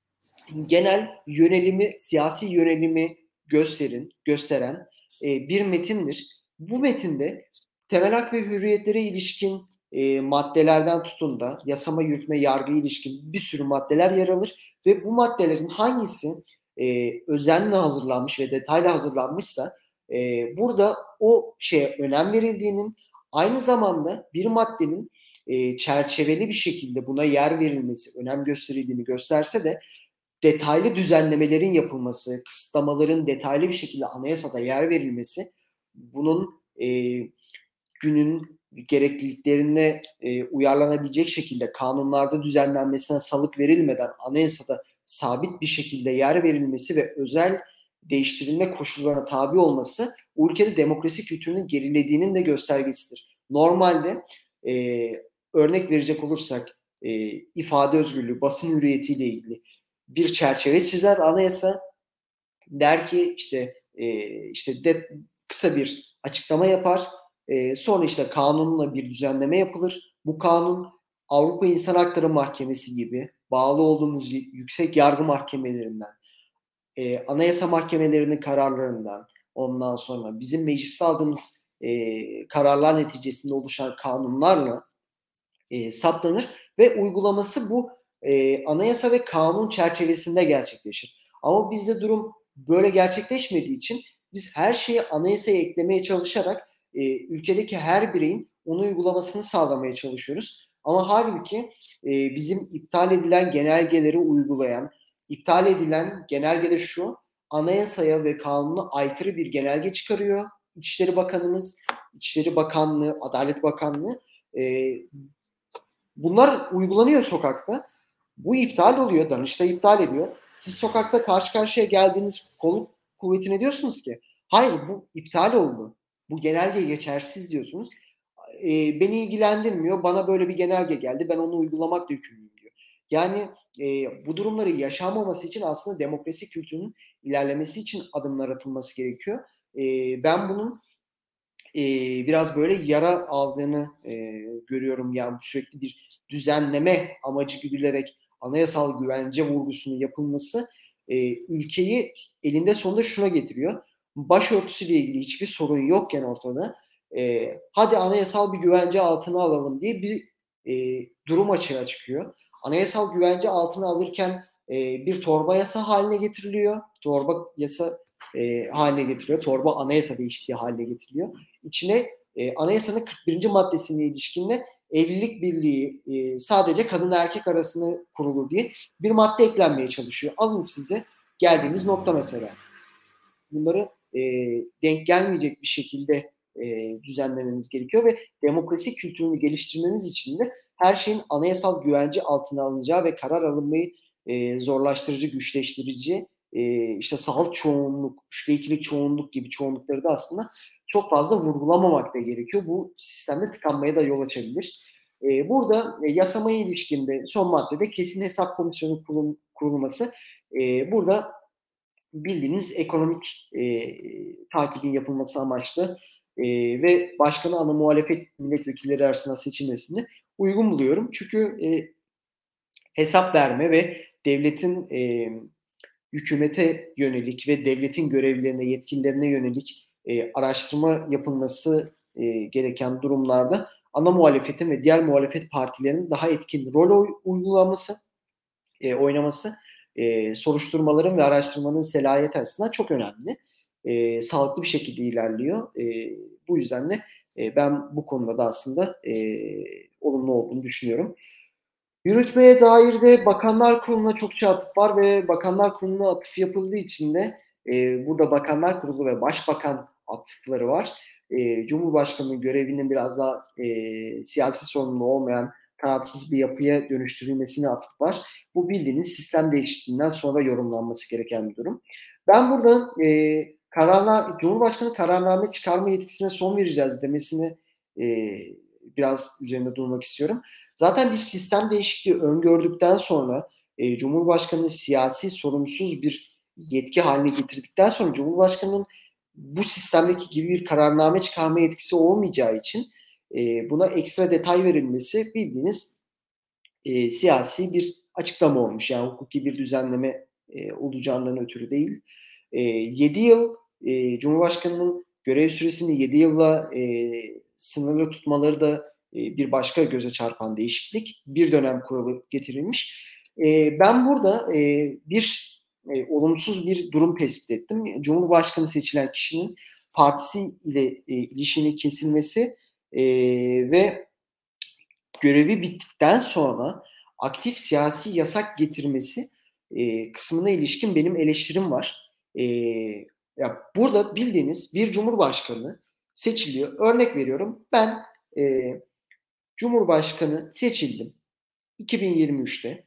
genel yönelimi, siyasi yönelimi gösterin, gösteren e, bir metindir. Bu metinde temel hak ve hürriyetlere ilişkin e, maddelerden tutun da yasama, yürütme, yargı ilişkin bir sürü maddeler yer alır ve bu maddelerin hangisi e, özenle hazırlanmış ve detaylı hazırlanmışsa e, e, burada o şeye önem verildiğinin, aynı zamanda bir maddenin e, çerçeveli bir şekilde buna yer verilmesi, önem gösterildiğini gösterse de detaylı düzenlemelerin yapılması, kısıtlamaların detaylı bir şekilde anayasada yer verilmesi, bunun e, günün gerekliliklerine e, uyarlanabilecek şekilde kanunlarda düzenlenmesine salık verilmeden anayasada sabit bir şekilde yer verilmesi ve özel değiştirilme koşullarına tabi olması bu ülkede demokrasi kültürünün gerilediğinin de göstergesidir. Normalde e, örnek verecek olursak e, ifade özgürlüğü, basın hürriyetiyle ilgili bir çerçeve çizer anayasa, der ki işte e, işte de, kısa bir açıklama yapar. E, sonra işte kanunla bir düzenleme yapılır. Bu kanun Avrupa İnsan Hakları Mahkemesi gibi bağlı olduğumuz yüksek yargı mahkemelerinden, e, anayasa mahkemelerinin kararlarından, ondan sonra bizim mecliste aldığımız e, kararlar neticesinde oluşan kanunlarla e, saptanır ve uygulaması bu e, anayasa ve kanun çerçevesinde gerçekleşir. Ama bizde durum böyle gerçekleşmediği için biz her şeyi anayasaya eklemeye çalışarak e, ülkedeki her bireyin onu uygulamasını sağlamaya çalışıyoruz. Ama halbuki e, bizim iptal edilen genelgeleri uygulayan, iptal edilen genelgede şu: anayasaya ve kanuna aykırı bir genelge çıkarıyor İçişleri Bakanımız, İçişleri Bakanlığı, Adalet Bakanlığı. E, Bunlar uygulanıyor sokakta. Bu iptal oluyor. Danıştay iptal ediyor. Siz sokakta karşı karşıya geldiğiniz kolluk kuvvetine diyorsunuz ki hayır, bu iptal oldu. Bu genelge geçersiz diyorsunuz. E, beni ilgilendirmiyor. Bana böyle bir genelge geldi. Ben onu uygulamakla yükümlüyüm diyor. Yani e, bu durumları yaşanmaması için aslında demokrasi kültürünün ilerlemesi için adımlar atılması gerekiyor. E, ben bunun e, biraz böyle yara aldığını e, görüyorum. Yani sürekli bir düzenleme amacı güdülerek anayasal güvence vurgusunun yapılması e, ülkeyi elinde sonunda şuna getiriyor: başörtüsüyle ilgili hiçbir sorun yokken ortada, e, hadi anayasal bir güvence altına alalım diye bir e, durum açığa çıkıyor. Anayasal güvence altına alırken e, bir torba yasa haline getiriliyor. Torba yasa e, haline getiriliyor. Torba anayasa değişikliği haline getiriliyor. İçine e, anayasanın kırk birinci maddesine ilişkinde evlilik birliği e, sadece kadın erkek arasında kurulur diye bir madde eklenmeye çalışıyor. Alın size geldiğimiz nokta mesela. Bunları e, denk gelmeyecek bir şekilde e, düzenlememiz gerekiyor ve demokrasi kültürünü geliştirmemiz için de her şeyin anayasal güvence altına alınacağı ve karar alınmayı e, zorlaştırıcı, güçleştirici, e, işte salt çoğunluk, üçte ikilik çoğunluk gibi çoğunlukları da aslında çok fazla vurgulamamak da gerekiyor. Bu sistemde tıkanmaya da yol açabilir. E, burada e, yasamaya ilişkinde son maddede kesin hesap komisyonu kurul, kurulması. E, burada bildiğiniz ekonomik e, takibin yapılması amaçlı e, ve başkanı ana muhalefet milletvekilleri arasında seçilmesini uygun buluyorum. Çünkü e, hesap verme ve devletin e, hükümete yönelik ve devletin görevlilerine, yetkililerine yönelik e, araştırma yapılması e, gereken durumlarda ana muhalefetin ve diğer muhalefet partilerinin daha etkin rol uygulaması, e, oynaması e, soruşturmaların ve araştırmanın selayeti açısından çok önemli. E, sağlıklı bir şekilde ilerliyor. E, bu yüzden de e, ben bu konuda da aslında e, olumlu olduğunu düşünüyorum. Yürütmeye dair de Bakanlar Kurulu'na çokça atıf var ve Bakanlar Kurulu'na atıf yapıldığı için de e, burada Bakanlar Kurulu ve Başbakan atıfları var. E, Cumhurbaşkanı'nın görevinin biraz daha e, siyasi sorumlu olmayan kanatsız bir yapıya dönüştürülmesine atıf var. Bu bildiğiniz sistem değişikliğinden sonra yorumlanması gereken bir durum. Ben burada e, kararna, Cumhurbaşkanı kararname çıkarma yetkisine son vereceğiz demesini e, biraz üzerinde durmak istiyorum. Zaten bir sistem değişikliği öngördükten sonra e, Cumhurbaşkanı'nı siyasi sorumsuz bir yetki haline getirdikten sonra Cumhurbaşkanı'nın bu sistemdeki gibi bir kararname çıkarma yetkisi olmayacağı için e, buna ekstra detay verilmesi bildiğiniz e, siyasi bir açıklama olmuş. Yani hukuki bir düzenleme e, olacağından ötürü değil. E, yedi yıl e, Cumhurbaşkanı'nın görev süresini yedi yılla e, sınırlı tutmaları da e, bir başka göze çarpan değişiklik. Bir dönem kuralı getirilmiş. E, ben burada e, bir e, olumsuz bir durum tespit ettim. Cumhurbaşkanı seçilen kişinin partisi ile e, ilişkinin kesilmesi e, ve görevi bittikten sonra aktif siyasi yasak getirmesi e, kısmına ilişkin benim eleştirim var. E, ya burada bildiğiniz bir cumhurbaşkanı seçiliyor. Örnek veriyorum. Ben e, cumhurbaşkanı seçildim iki bin yirmi üçte.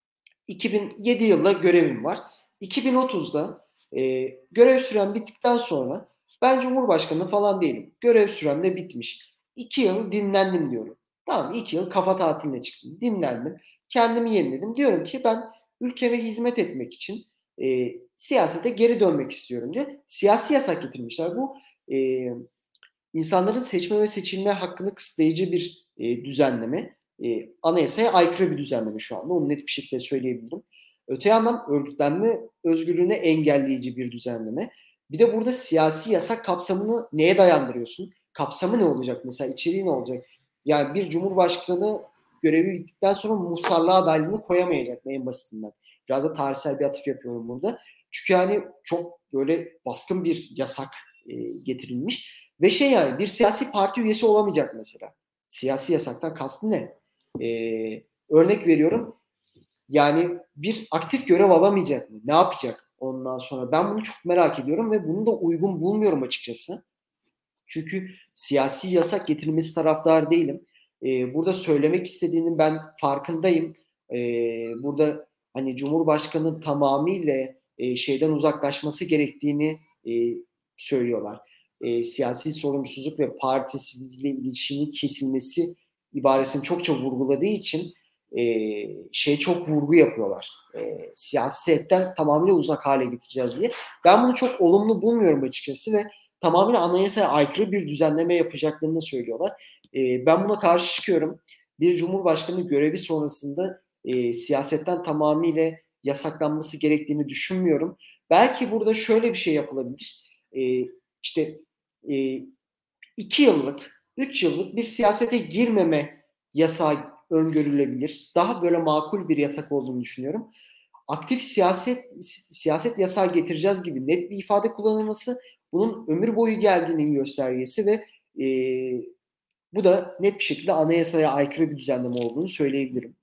iki bin yedi yılda görevim var. iki bin otuzda e, görev sürem bittikten sonra ben cumhurbaşkanı falan değilim. Görev sürem de bitmiş. iki yıl dinlendim diyorum. Tamam, iki yıl kafa tatiline çıktım. Dinlendim. Kendimi yeniledim. Diyorum ki ben ülkeme hizmet etmek için e, siyasete geri dönmek istiyorum diye siyasi yasak getirmişler. Bu e, insanların seçme ve seçilme hakkını kısıtlayıcı bir e, düzenleme. E, anayasaya aykırı bir düzenleme şu anda. Onu net bir şekilde söyleyebilirim. Öte yandan örgütlenme özgürlüğüne engelleyici bir düzenleme. Bir de burada siyasi yasak kapsamını neye dayandırıyorsun? Kapsamı ne olacak mesela? İçeriği ne olacak? Yani bir cumhurbaşkanı görevi bittikten sonra muhtarlığa adaylığını koyamayacak mı en basitinden? Biraz da tarihsel bir atıf yapıyorum burada. Çünkü yani çok böyle baskın bir yasak e, getirilmiş. Ve şey yani bir siyasi parti üyesi olamayacak mesela. Siyasi yasaktan kastı ne? Ee, örnek veriyorum. Yani bir aktif görev alamayacak mı? Ne yapacak ondan sonra? Ben bunu çok merak ediyorum ve bunu da uygun bulmuyorum açıkçası. Çünkü siyasi yasak getirilmesi taraftar değilim. Ee, burada söylemek istediğinin ben farkındayım. Ee, burada hani Cumhurbaşkanı tamamıyla e, şeyden uzaklaşması gerektiğini e, söylüyorlar. E, siyasi sorumsuzluk ve partisiyle ilişkinin kesilmesi ibaresini çokça vurguladığı için e, şey çok vurgu yapıyorlar. E, siyasetten tamamıyla uzak hale getireceğiz diye. Ben bunu çok olumlu bulmuyorum açıkçası ve tamamen anayasaya aykırı bir düzenleme yapacaklarını söylüyorlar. E, ben buna karşı çıkıyorum. Bir cumhurbaşkanı görevi sonrasında e, siyasetten tamamıyla yasaklanması gerektiğini düşünmüyorum. Belki burada şöyle bir şey yapılabilir. E, işte e, iki yıllık, üç yıllık bir siyasete girmeme yasağı öngörülebilir. Daha böyle makul bir yasak olduğunu düşünüyorum. Aktif siyaset siyaset yasağı getireceğiz gibi net bir ifade kullanılması bunun ömür boyu geldiğinin göstergesi ve e, bu da net bir şekilde anayasaya aykırı bir düzenleme olduğunu söyleyebilirim.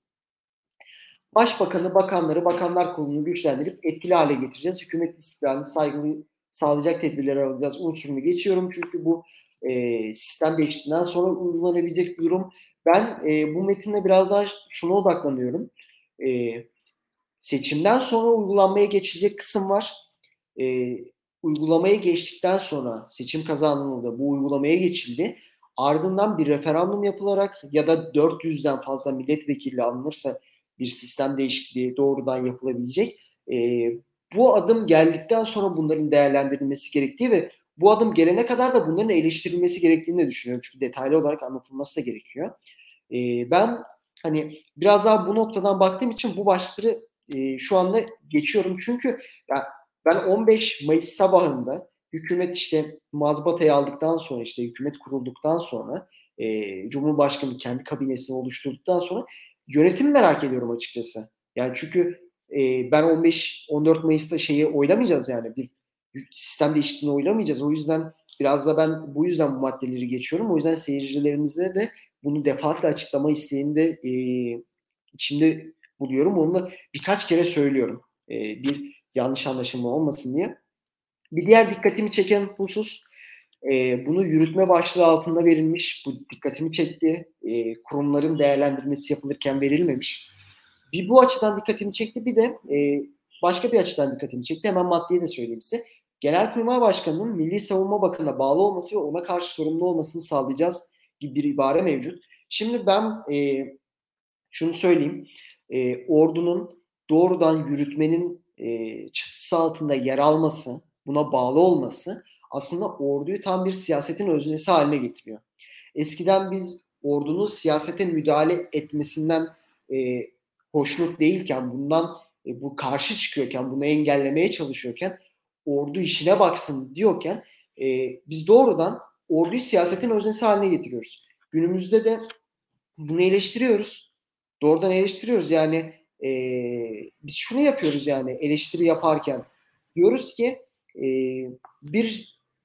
Başbakanı, bakanları, bakanlar kurulunu güçlendirip etkili hale getireceğiz. Hükümet istiklalini saygılı sağlayacak tedbirler alacağız unsurunu geçiyorum. Çünkü bu e, sistem değiştikten sonra uygulanabilecek bir durum. Ben e, bu metinde biraz daha şuna odaklanıyorum. E, seçimden sonra uygulanmaya geçilecek kısım var. E, uygulamaya geçtikten sonra seçim kazanıldı, bu uygulamaya geçildi. Ardından bir referandum yapılarak ya da dört yüzden fazla milletvekili alınırsa bir sistem değişikliği doğrudan yapılabilecek. E, bu adım geldikten sonra bunların değerlendirilmesi gerektiği ve bu adım gelene kadar da bunların eleştirilmesi gerektiğini de düşünüyorum. Çünkü detaylı olarak anlatılması da gerekiyor. E, ben hani biraz daha bu noktadan baktığım için bu başlıkları e, şu anda geçiyorum. Çünkü ya, ben on beş Mayıs sabahında hükümet işte mazbatayı aldıktan sonra işte hükümet kurulduktan sonra e, Cumhurbaşkanı kendi kabinesini oluşturduktan sonra yönetimi merak ediyorum açıkçası. Yani çünkü e, ben on beş on dört Mayıs'ta şeyi oylamayacağız yani bir sistem değişikliğini oylamayacağız. O yüzden biraz da ben bu yüzden bu maddeleri geçiyorum. O yüzden seyircilerimize de bunu defaatle açıklama isteğini de e, içimde buluyorum. Onu da birkaç kere söylüyorum. E, bir yanlış anlaşılma olmasın diye. Bir diğer dikkatimi çeken husus e, bunu yürütme başlığı altında verilmiş. Bu dikkatimi çekti. E, kurumların değerlendirmesi yapılırken verilmemiş. Bir bu açıdan dikkatimi çekti. Bir de e, başka bir açıdan dikkatimi çekti. Hemen maddeyi de söyleyeyim size. Genelkurmay Başkanı'nın Milli Savunma Bakanı'na bağlı olması ve ona karşı sorumlu olmasını sağlayacağız gibi bir ibare mevcut. Şimdi ben e, şunu söyleyeyim. E, ordunun doğrudan yürütmenin e, çatısı altında yer alması, buna bağlı olması aslında orduyu tam bir siyasetin öznesi haline getiriyor. Eskiden biz ordunun siyasete müdahale etmesinden e, hoşnut değilken, bundan e, bu karşı çıkıyorken, bunu engellemeye çalışıyorken, ordu işine baksın diyorken e, biz doğrudan orduyu siyasetin öznesi haline getiriyoruz. Günümüzde de bunu eleştiriyoruz. Doğrudan eleştiriyoruz. Yani e, biz şunu yapıyoruz yani eleştiri yaparken. Diyoruz ki e, bir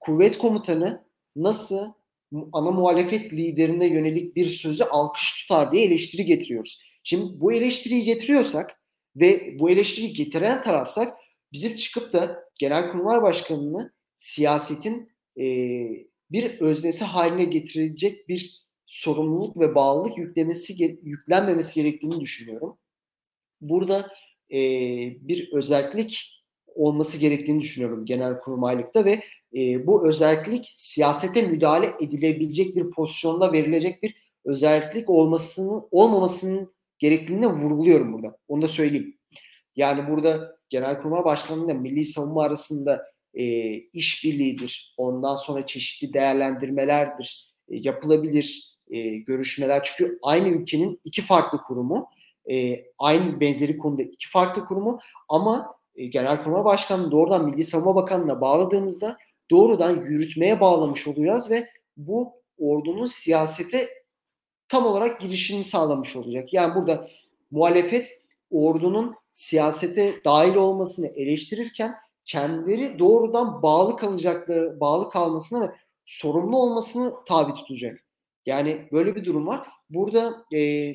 kuvvet komutanı nasıl ana muhalefet liderine yönelik bir sözü alkış tutar diye eleştiri getiriyoruz. Şimdi bu eleştiriyi getiriyorsak ve bu eleştiriyi getiren tarafsak bizim çıkıp da Genelkurmay Başkanı'nı siyasetin e, bir öznesi haline getirecek bir sorumluluk ve bağlılık yüklemesi yüklenmemesi gerektiğini düşünüyorum. Burada e, bir özellik olması gerektiğini düşünüyorum genelkurmaylıkta ve e, bu özellik siyasete müdahale edilebilecek bir pozisyonda verilecek bir özellik olmasını olmamasının gerekliliğini vurguluyorum burada. Onu da söyleyeyim. Yani burada Genelkurmay Başkanı ile Milli Savunma arasında e, işbirliğidir. Ondan sonra çeşitli değerlendirmelerdir. E, yapılabilir e, görüşmeler. Çünkü aynı ülkenin iki farklı kurumu, e, aynı benzeri konuda iki farklı kurumu ama e, Genelkurmay Başkanı doğrudan Milli Savunma Bakanlığı'na bağladığımızda doğrudan yürütmeye bağlamış olacağız ve bu ordunun siyasete tam olarak girişini sağlamış olacak. Yani burada muhalefet ordunun siyasete dahil olmasını eleştirirken kendileri doğrudan bağlı kalacakları, bağlı kalmasına ve sorumlu olmasını tabi tutacak. Yani böyle bir durum var. Burada e,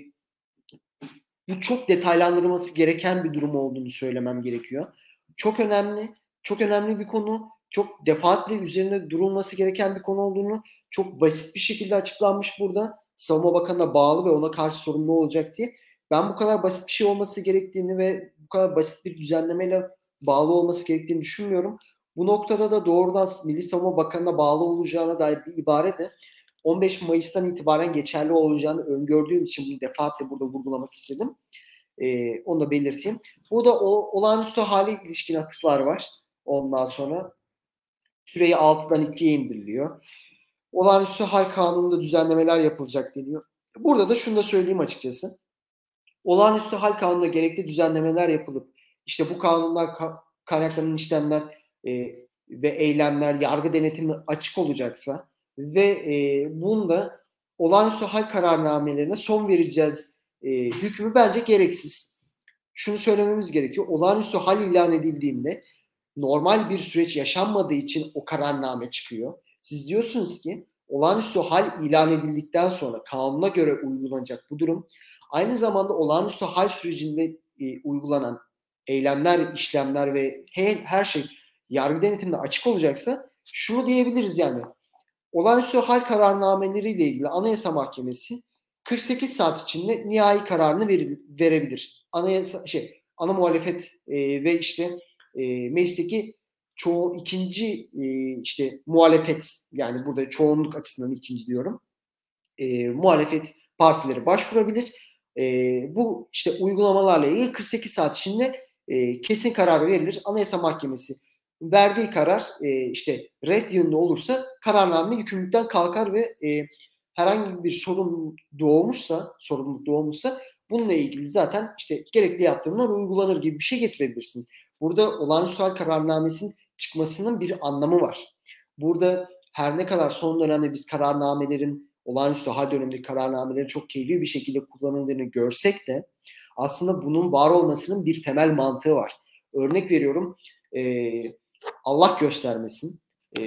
bu çok detaylandırılması gereken bir durum olduğunu söylemem gerekiyor. Çok önemli, çok önemli bir konu. Çok defaatle üzerinde durulması gereken bir konu olduğunu çok basit bir şekilde açıklanmış burada. Savunma Bakanı'na bağlı ve ona karşı sorumlu olacak diye. Ben bu kadar basit bir şey olması gerektiğini ve bu kadar basit bir düzenlemeyle bağlı olması gerektiğini düşünmüyorum. Bu noktada da doğrudan Milli Savunma Bakanı'na bağlı olacağına dair bir ibare de on beş Mayıs'tan itibaren geçerli olacağını öngördüğüm için bunu defaatle burada vurgulamak istedim. Ee, onu da belirteyim. Burada o, olağanüstü hale ilişkin atıflar var. Ondan sonra süreyi altıdan ikiye indiriliyor. Olağanüstü hal kanununda düzenlemeler yapılacak deniyor. Burada da şunu da söyleyeyim açıkçası. Olağanüstü hal kanununda gerekli düzenlemeler yapılıp işte bu kanunlar kaynaklanan işlemler e, ve eylemler yargı denetimine açık olacaksa ve e, bunda olağanüstü hal kararnamelerine son vereceğiz e, hükmü bence gereksiz. Şunu söylememiz gerekiyor. Olağanüstü hal ilan edildiğinde normal bir süreç yaşanmadığı için o kararname çıkıyor. Siz diyorsunuz ki olağanüstü hal ilan edildikten sonra kanuna göre uygulanacak bu durum aynı zamanda olağanüstü hal sürecinde e, uygulanan eylemler, işlemler ve her, her şey yargı denetimine açık olacaksa şunu diyebiliriz yani. Olağanüstü hal kararnameleriyle ilgili Anayasa Mahkemesi kırk sekiz saat içinde nihai kararını verir, verebilir. Anayasa şey ana muhalefet e, ve işte e, meclisteki çoğu ikinci e, işte muhalefet yani burada çoğunluk açısından ikinci diyorum. E, muhalefet partileri başvurabilir. E, bu işte uygulamalarla ilgili kırk sekiz saat içinde e, kesin karar verilir. Anayasa Mahkemesi verdiği karar e, işte red yönünde olursa kararname yükümlülükten kalkar ve e, herhangi bir sorun doğmuşsa, sorumluluk doğmuşsa bununla ilgili zaten işte gerekli yaptırımlar uygulanır gibi bir şey getirebilirsiniz. Burada olağanüstü hal kararnamesinin çıkmasının bir anlamı var. Burada her ne kadar son dönemde biz kararnamelerin, olağanüstü hal dönemindeki kararnamelerin çok keyfi bir şekilde kullanıldığını görsek de aslında bunun var olmasının bir temel mantığı var. Örnek veriyorum, e, Allah göstermesin, e,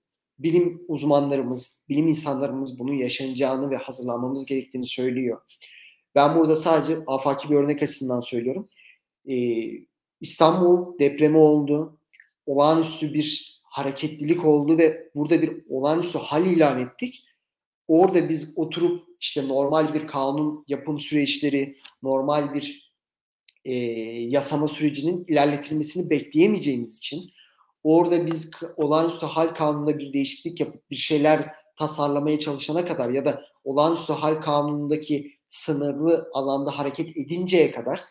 bilim uzmanlarımız, bilim insanlarımız bunun yaşanacağını ve hazırlanmamız gerektiğini söylüyor. Ben burada sadece afaki bir örnek açısından söylüyorum. Ee, İstanbul depremi oldu. Olağanüstü bir hareketlilik oldu ve burada bir olağanüstü hal ilan ettik. Orada biz oturup işte normal bir kanun yapım süreçleri, normal bir e, yasama sürecinin ilerletilmesini bekleyemeyeceğimiz için orada biz olağanüstü hal kanununda bir değişiklik yapıp bir şeyler tasarlamaya çalışana kadar ya da olağanüstü hal kanunundaki sınırlı alanda hareket edinceye kadar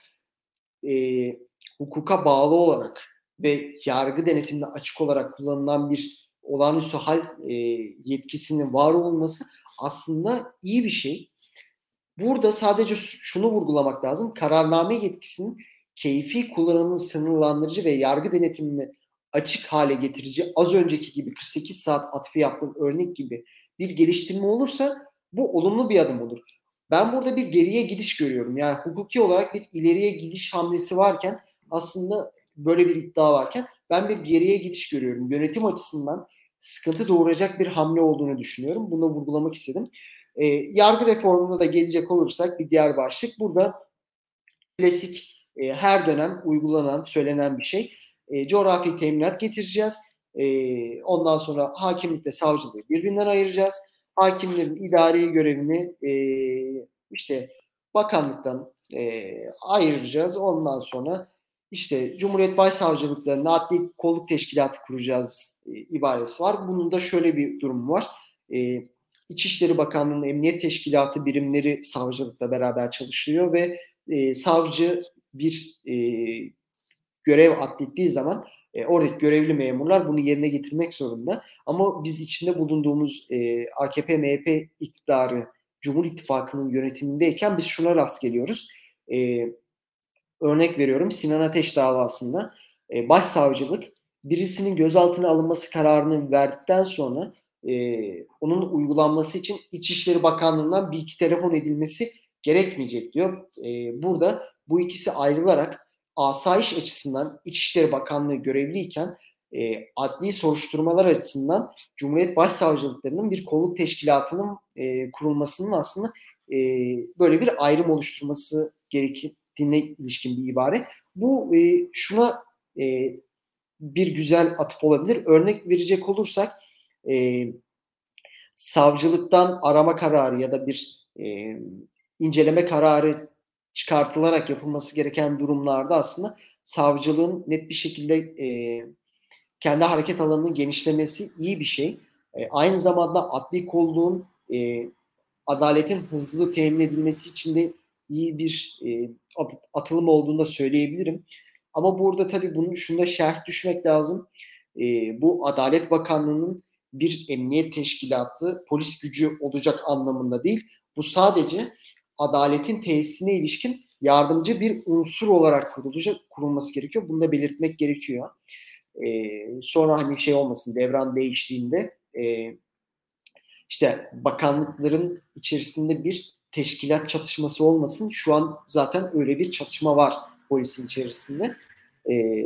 e, hukuka bağlı olarak ve yargı denetimine açık olarak kullanılan bir olağanüstü hal e, yetkisinin var olması aslında iyi bir şey. Burada sadece şunu vurgulamak lazım. Kararname yetkisinin keyfi kullanımının sınırlandırıcı ve yargı denetimine açık hale getirici az önceki gibi kırk sekiz saat atfı yaptığım örnek gibi bir geliştirme olursa bu olumlu bir adım olur. Ben burada bir geriye gidiş görüyorum. Yani hukuki olarak bir ileriye gidiş hamlesi varken aslında böyle bir iddia varken ben bir geriye gidiş görüyorum. Yönetim açısından sıkıntı doğuracak bir hamle olduğunu düşünüyorum. Bunu da vurgulamak istedim. E, yargı reformuna da gelecek olursak bir diğer başlık. Burada klasik e, her dönem uygulanan, söylenen bir şey. E, coğrafi teminat getireceğiz. E, ondan sonra hakimlikle savcılığı birbirinden ayıracağız. Hakimlerin idari görevini e, işte bakanlıktan e, ayıracağız. Ondan sonra işte Cumhuriyet Başsavcılıklarına adli kolluk teşkilatı kuracağız e, ibaresi var. Bunun da şöyle bir durum var. E, İçişleri Bakanlığı'nın emniyet teşkilatı birimleri savcılıkla beraber çalışıyor ve e, savcı bir e, görev atlettiği zaman e, oradaki görevli memurlar bunu yerine getirmek zorunda. Ama biz içinde bulunduğumuz e, A K P M H P iktidarı Cumhur İttifakı'nın yönetimindeyken biz şuna rast geliyoruz. E, örnek veriyorum, Sinan Ateş davasında e, başsavcılık birisinin gözaltına alınması kararını verdikten sonra e, onun uygulanması için İçişleri Bakanlığı'ndan bir iki telefon edilmesi gerekmeyecek diyor. E, burada bu ikisi ayrılarak asayiş açısından İçişleri Bakanlığı görevliyken e, adli soruşturmalar açısından Cumhuriyet Başsavcılıklarının bir kolluk teşkilatının e, kurulmasının aslında e, böyle bir ayrım oluşturması gerektiğine ilişkin bir ibare. Bu e, şuna e, bir güzel atıf olabilir. Örnek verecek olursak e, savcılıktan arama kararı ya da bir e, inceleme kararı çıkartılarak yapılması gereken durumlarda aslında savcılığın net bir şekilde e, kendi hareket alanının genişlemesi iyi bir şey. E, aynı zamanda adli kolluğun e, adaletin hızlı temin edilmesi için de iyi bir e, atılım olduğunu da söyleyebilirim. Ama burada tabii bunun şunda şerh düşmek lazım. E, bu Adalet Bakanlığı'nın bir emniyet teşkilatı, polis gücü olacak anlamında değil. Bu sadece adaletin tesisine ilişkin yardımcı bir unsur olarak kurulacak, kurulması gerekiyor. Bunu da belirtmek gerekiyor. E, sonra hani şey olmasın, devran değiştiğinde e, işte bakanlıkların içerisinde bir teşkilat çatışması olmasın. Şu an zaten öyle bir çatışma var polisin içerisinde. Ee,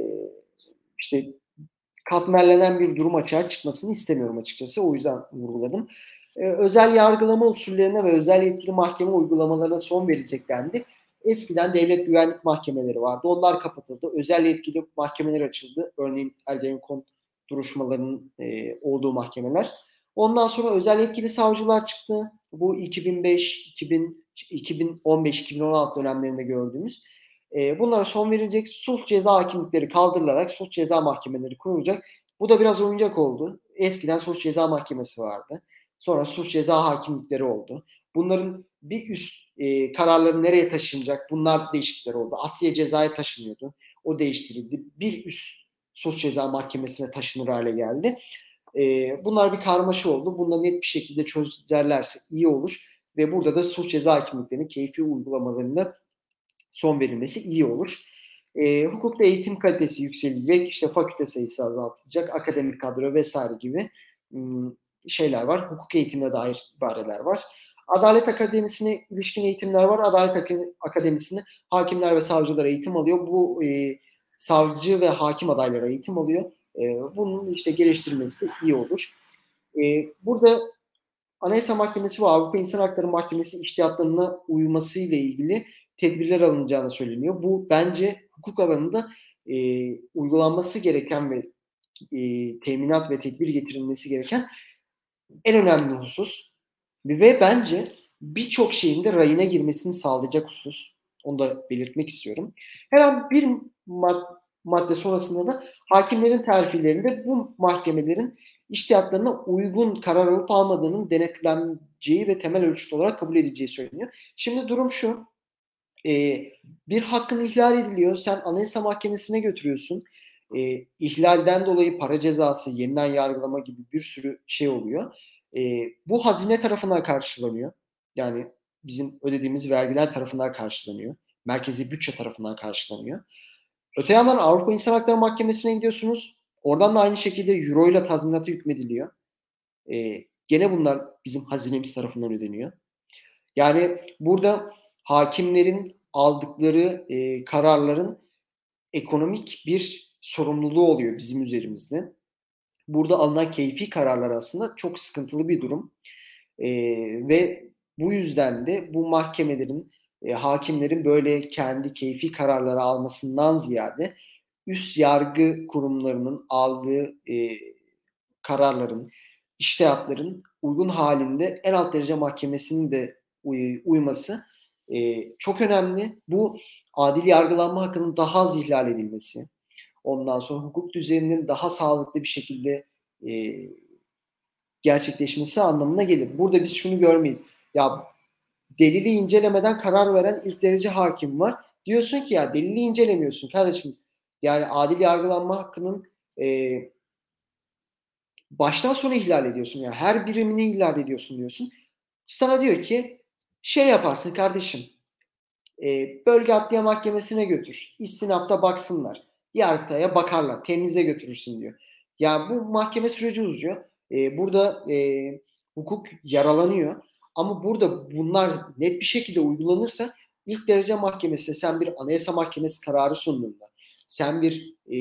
işte katmerlenen bir durum açığa çıkmasını istemiyorum açıkçası. O yüzden vurguladım. Ee, özel yargılama usullerine ve özel yetkili mahkeme uygulamalarına son verilecek dendi. Eskiden devlet güvenlik mahkemeleri vardı. Onlar kapatıldı. Özel yetkili mahkemeler açıldı. Örneğin Ergenekon duruşmalarının e, olduğu mahkemeler. Ondan sonra özel yetkili savcılar çıktı. Bu iki bin beş, iki bin, iki bin on beş, iki bin on altı dönemlerinde gördüğümüz. E, bunlara son verilecek. Sulh ceza hakimlikleri kaldırılarak sulh ceza mahkemeleri kurulacak. Bu da biraz oyuncak oldu. Eskiden sulh ceza mahkemesi vardı. Sonra sulh ceza hakimlikleri oldu. Bunların bir üst e, kararları nereye taşınacak? Bunlar değişiklikler oldu. Asliye cezaya taşınıyordu. O değiştirildi. Bir üst sulh ceza mahkemesine taşınır hale geldi. E, bunlar bir karmaşa oldu. Bunda net bir şekilde çözerlerse iyi olur. Ve burada da sulh ceza hakimliklerinin keyfi uygulamalarına son verilmesi iyi olur. E, hukukta eğitim kalitesi yükselecek, işte fakülte sayısı azaltılacak, akademik kadro vesaire gibi ım, şeyler var. Hukuk eğitimine dair ibareler var. Adalet Akademisi'ne ilişkin eğitimler var. Adalet Akademisi'ne hakimler ve savcılar eğitim alıyor. Bu e, savcı ve hakim adayları eğitim alıyor. E, bunun işte geliştirilmesi de iyi olur. E, burada Anayasa Mahkemesi ve Avrupa İnsan Hakları Mahkemesi içtihatlarına uymasıyla ilgili tedbirler alınacağını söyleniyor. Bu bence hukuk alanında e, uygulanması gereken ve e, teminat ve tedbir getirilmesi gereken en önemli husus. Ve bence birçok şeyin de rayına girmesini sağlayacak husus. Onu da belirtmek istiyorum. Hemen bir mad- madde sonrasında da hakimlerin terfilerinde bu mahkemelerin içtihatlarına uygun karar alıp almadığının denetleneceği ve temel ölçüt olarak kabul edileceği söyleniyor. Şimdi durum şu. E, bir hakkın ihlal ediliyor. Sen Anayasa Mahkemesi'ne götürüyorsun. E, ihlalden dolayı para cezası, yeniden yargılama gibi bir sürü şey oluyor. E, bu hazine tarafından karşılanıyor. Yani bizim ödediğimiz vergiler tarafından karşılanıyor. Merkezi bütçe tarafından karşılanıyor. Öte yandan Avrupa İnsan Hakları Mahkemesi'ne gidiyorsunuz. Oradan da aynı şekilde euro ile tazminata hükmediliyor. E, gene bunlar bizim hazinemiz tarafından ödeniyor. Yani burada hakimlerin aldıkları e, kararların ekonomik bir sorumluluğu oluyor bizim üzerimizde. burada alınan keyfi kararlar aslında çok sıkıntılı bir durum. E, ve bu yüzden de bu mahkemelerin, e, hakimlerin böyle kendi keyfi kararları almasından ziyade üst yargı kurumlarının aldığı e, kararların, içtihatların uygun halinde en alt derece mahkemesinin de uy- uyması e, çok önemli. Bu adil yargılanma hakkının daha az ihlal edilmesi, ondan sonra hukuk düzeninin daha sağlıklı bir şekilde e, gerçekleşmesi anlamına gelir. Burada biz şunu görmeyiz. Ya delili incelemeden karar veren ilk derece hakim var. Diyorsun ki ya delili incelemiyorsun kardeşim. Yani adil yargılanma hakkının e, baştan sona ihlal ediyorsun. Yani her birimini ihlal ediyorsun diyorsun. Sana diyor ki şey yaparsın kardeşim. E, bölge adliye mahkemesine götür. İstinafta baksınlar. Yargıtay'a bakarlar. Temize götürürsün diyor. Ya bu mahkeme süreci uzuyor. E, burada e, hukuk yaralanıyor. Ama burada bunlar net bir şekilde uygulanırsa ilk derece mahkemesi sen bir anayasa mahkemesi kararı sunduğunda sen bir e,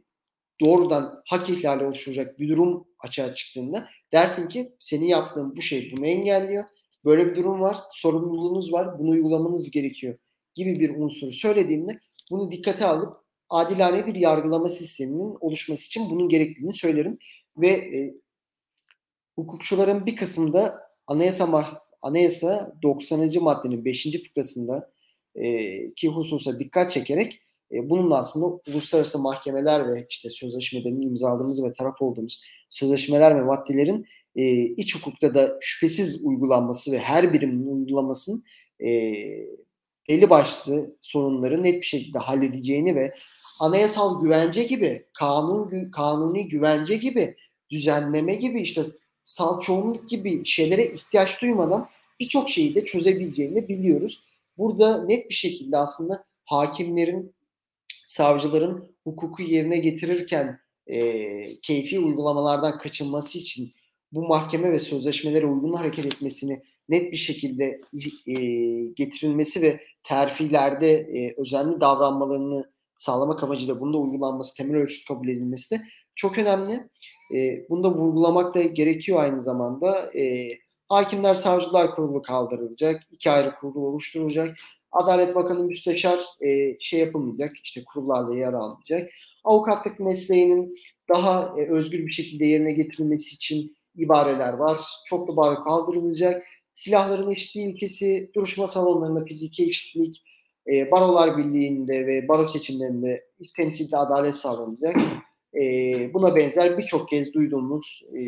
doğrudan hak ihlali oluşturacak bir durum açığa çıktığında dersin ki senin yaptığın bu şey bunu engelliyor. Böyle bir durum var, sorumluluğunuz var, bunu uygulamanız gerekiyor gibi bir unsuru söylediğinde bunu dikkate alıp adilane bir yargılama sisteminin oluşması için bunun gerekliliğini söylerim. Ve e, hukukçuların bir kısmında anayasa anayasa doksanıncı maddenin beşinci fıkrasında e, ki hususa dikkat çekerek e, bununla aslında uluslararası mahkemeler ve işte sözleşmelerin imzaladığımız ve taraf olduğumuz sözleşmeler ve maddelerin e, iç hukukta da şüphesiz uygulanması ve her birimin uygulamasının e, belli başlı sorunları net bir şekilde halledeceğini ve anayasal güvence gibi, kanun kanuni güvence gibi, düzenleme gibi, işte sal çoğunluk gibi şeylere ihtiyaç duymadan birçok şeyi de çözebileceğini biliyoruz. Burada net bir şekilde aslında hakimlerin, savcıların hukuku yerine getirirken e, keyfi uygulamalardan kaçınması için bu mahkeme ve sözleşmelere uygun hareket etmesini net bir şekilde e, getirilmesi ve terfilerde e, özenli davranmalarını sağlamak amacıyla bunda uygulanması, temel ölçüt kabul edilmesi de çok önemli. E, bunu da vurgulamak da gerekiyor aynı zamanda. E, Hakimler Savcılar Kurulu kaldırılacak. İki ayrı kurulu oluşturulacak. Adalet Bakanı Müsteşar e, şey yapılmayacak, işte kurullarda yer almayacak. Avukatlık mesleğinin daha e, özgür bir şekilde yerine getirilmesi için ibareler var. Çoklu bağ kaldırılacak. Silahların eşitliği ilkesi, duruşma salonlarında fiziki eşitlik, e, Barolar Birliği'nde ve baro seçimlerinde temsilde adalet sağlanacak. E, buna benzer birçok kez duyduğumuz e,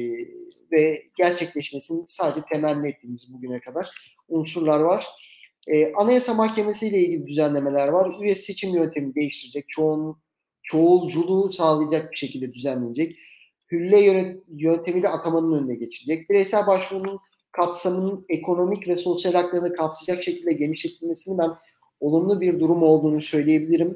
ve gerçekleşmesini sadece temenni ettiğimiz bugüne kadar unsurlar var. E, Anayasa Mahkemesi ile ilgili düzenlemeler var. Üye seçim yöntemi değiştirecek. Çoğun, çoğulculuğu sağlayacak bir şekilde düzenlenecek. Hülle yönet, yöntemiyle atamanın önüne geçilecek. Bireysel başvurunun kapsamının ekonomik ve sosyal haklarını kapsayacak şekilde genişletilmesini ben olumlu bir durum olduğunu söyleyebilirim.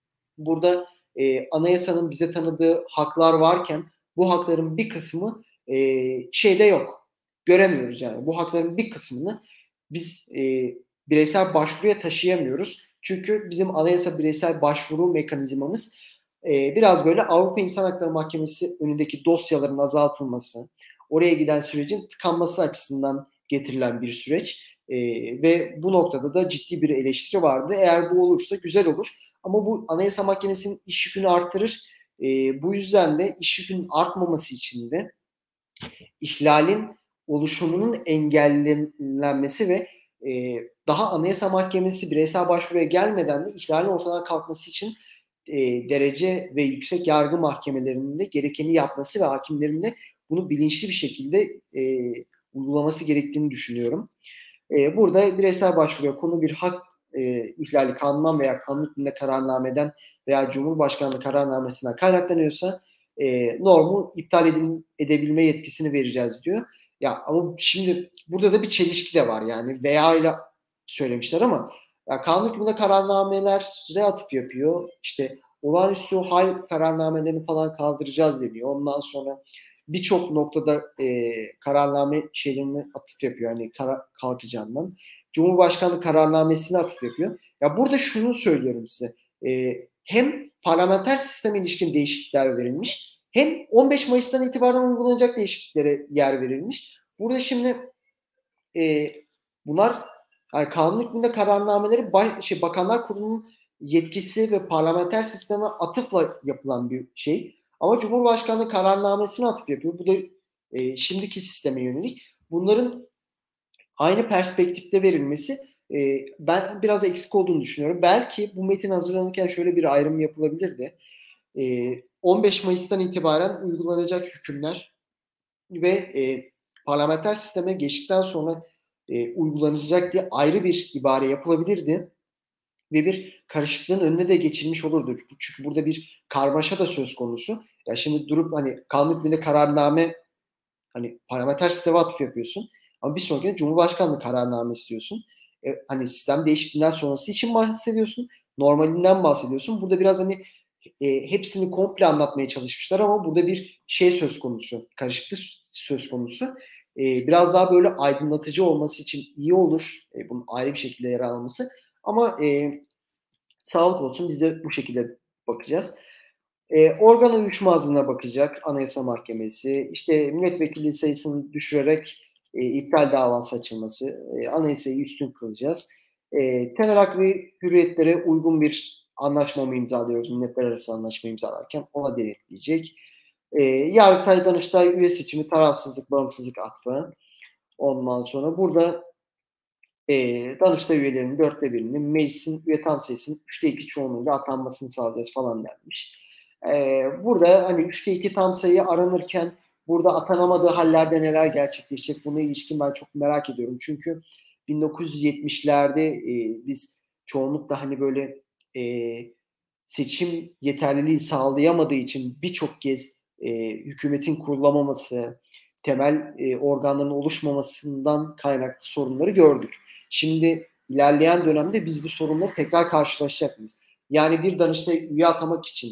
Burada e, anayasanın bize tanıdığı haklar varken bu hakların bir kısmı e, şeyde yok. Göremiyoruz yani. Bu hakların bir kısmını biz e, bireysel başvuruya taşıyamıyoruz. Çünkü bizim anayasa bireysel başvuru mekanizmamız e, biraz böyle Avrupa İnsan Hakları Mahkemesi önündeki dosyaların azaltılması, oraya giden sürecin tıkanması açısından getirilen bir süreç. E, ve bu noktada da ciddi bir eleştiri vardı. Eğer bu olursa güzel olur. Ama bu Anayasa Mahkemesi'nin iş yükünü artırır. E, bu yüzden de iş yükünün artmaması için de ihlalin oluşumunun engellenmesi ve e, daha Anayasa Mahkemesi bireysel başvuruya gelmeden de ihlalin ortadan kalkması için e, derece ve yüksek yargı mahkemelerinin de gerekeni yapması ve hakimlerin de bunu bilinçli bir şekilde e, uygulaması gerektiğini düşünüyorum. E, burada bireysel başvuruya konu bir hak e, ihlali kanundan veya kanun hükmünde kararnameden veya Cumhurbaşkanlığı kararnamesinden kaynaklanıyorsa e, normu iptal edin, edebilme yetkisini vereceğiz diyor. Ya ama şimdi burada da bir çelişki de var yani veya ile söylemişler ama ya kanun hükmünde kararnamelere atıf yapıyor. İşte olağanüstü hal kararnamelerini falan kaldıracağız deniyor. Ondan sonra birçok noktada e, kararname şeylerini atıf yapıyor. Hani kara, kalkacağından. Cumhurbaşkanlığı kararnamesine atıf yapıyor. Ya burada şunu söylüyorum size. E, hem parlamenter sisteme ilişkin değişiklikler verilmiş, hem hem on beş Mayıs'tan itibaren uygulanacak değişikliklere yer verilmiş. Burada şimdi e, bunlar yani kanun hükmünde kararnameleri baş, şey, Bakanlar Kurulu'nun yetkisi ve parlamenter sisteme atıfla yapılan bir şey. Ama Cumhurbaşkanlığı kararnamesine atıf yapıyor. Bu da e, şimdiki sisteme yönelik. Bunların aynı perspektifte verilmesi e, ben biraz eksik olduğunu düşünüyorum. Belki bu metin hazırlanırken şöyle bir ayrım yapılabilirdi. E, on beş Mayıs'tan itibaren uygulanacak hükümler ve e, parlamenter sisteme geçtikten sonra e, uygulanacak diye ayrı bir ibare yapılabilirdi ve bir karışıklığın önüne de geçilmiş olurdu. Çünkü burada bir karmaşa da söz konusu. Ya şimdi durup hani kanun hükmünde kararname, hani parlamenter sisteme atıf yapıyorsun ama bir sonraki Cumhurbaşkanlığı kararnamesi diyorsun. E, hani sistem değişikliğinden sonrası için bahsediyorsun. Normalinden bahsediyorsun. Burada biraz hani e, hepsini komple anlatmaya çalışmışlar ama burada bir şey söz konusu. Karışıklık söz konusu. E, biraz daha böyle aydınlatıcı olması için iyi olur. E, bunun ayrı bir şekilde yer alması. Ama e, sağlık olsun, biz de bu şekilde bakacağız. E, organ uyuşmazlığına bakacak Anayasa Mahkemesi. İşte milletvekili sayısını düşürerek e, iptal davası açılması. E, anayasayı üstün kılacağız. E, temel hak ve hürriyetlere uygun bir anlaşma mı imzalıyoruz? Milletler arası anlaşma imzalarken ona denetleyecek. E, Yargıtay Danıştay üye seçimi, tarafsızlık, bağımsızlık atfı. Ondan sonra burada e, Danıştay üyelerinin dörtte birinin meclisin üye tam sayısının üçte iki çoğunluğuyla atanmasını sağlayacağız falan denmiş. Ee, burada hani üçte iki tam sayı aranırken burada atanamadığı hallerde neler gerçekleşecek, buna ilişkin ben çok merak ediyorum. Çünkü bin dokuz yüz yetmişlerde e, biz çoğunlukla hani böyle e, seçim yeterliliği sağlayamadığı için birçok kez e, hükümetin kurulamaması, temel e, organların oluşmamasından kaynaklı sorunları gördük. Şimdi ilerleyen dönemde biz bu sorunları tekrar karşılaşacak mıyız? Yani bir Danıştay üye atamak için